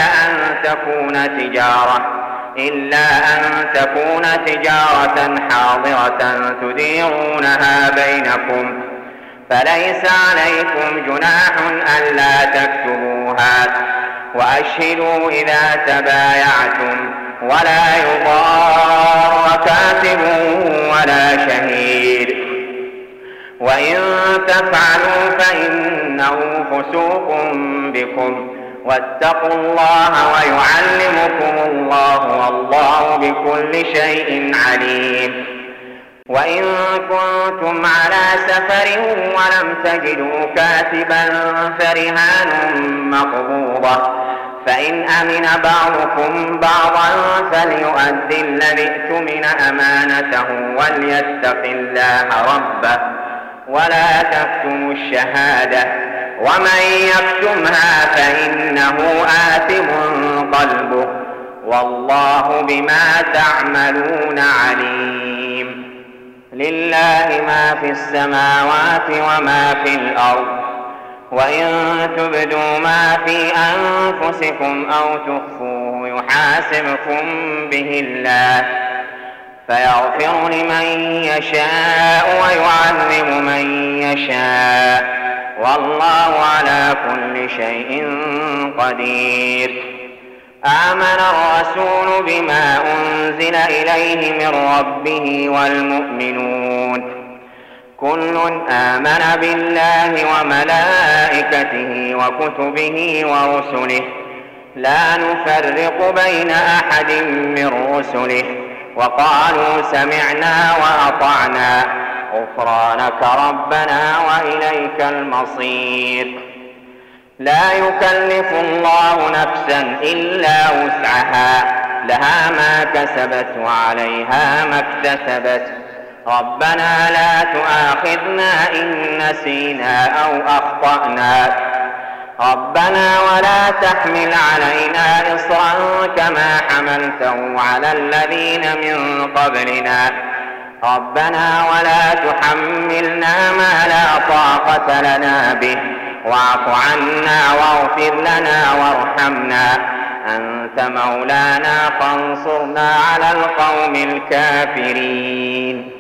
B: أن تكون تجارة حاضرة تديرونها بينكم، فليس عليكم جناح ألا تكتبوها، وأشهدوا إذا تبايعتم، ولا يضار كاتب ولا شهيد، وإن تفعلوا فإنه فسوق بكم، واتقوا الله ويعلمكم الله والله بكل شيء عليم. وإن كنتم على سفر ولم تجدوا كاتبا فرهان مقبوضة، فإن أمن بعضكم بعضا فليؤدي الذي اؤتمن أمانته وليتق الله ربه ولا تكتموا الشهادة، ومن يكتمها فإنه آثم قلبه والله بما تعملون عليم. لله ما في السماوات وما في الأرض، وإن تبدوا ما في أنفسكم أو تخفوه يحاسبكم به الله، فيغفر لمن يشاء ويعذب من يشاء، والله على كل شيء قدير. آمن الرسول بما أنزل إليه من ربه والمؤمنون كل آمن بالله وملائكته وكتبه ورسله لا نفرق بين أحد من رسله، وقالوا سمعنا وأطعنا غفرانك ربنا وإليك المصير. لا يكلف الله نفسا إلا وسعها، لها ما كسبت وعليها ما اكتسبت، ربنا لا تؤاخذنا إن نسينا أو أخطأنا، ربنا ولا تحمل علينا إصرا كما حملته على الذين من قبلنا، ربنا ولا تحملنا ما لا طاقة لنا به، واعف عنا واغفر لنا وارحمنا أنت مولانا فانصرنا على القوم الكافرين.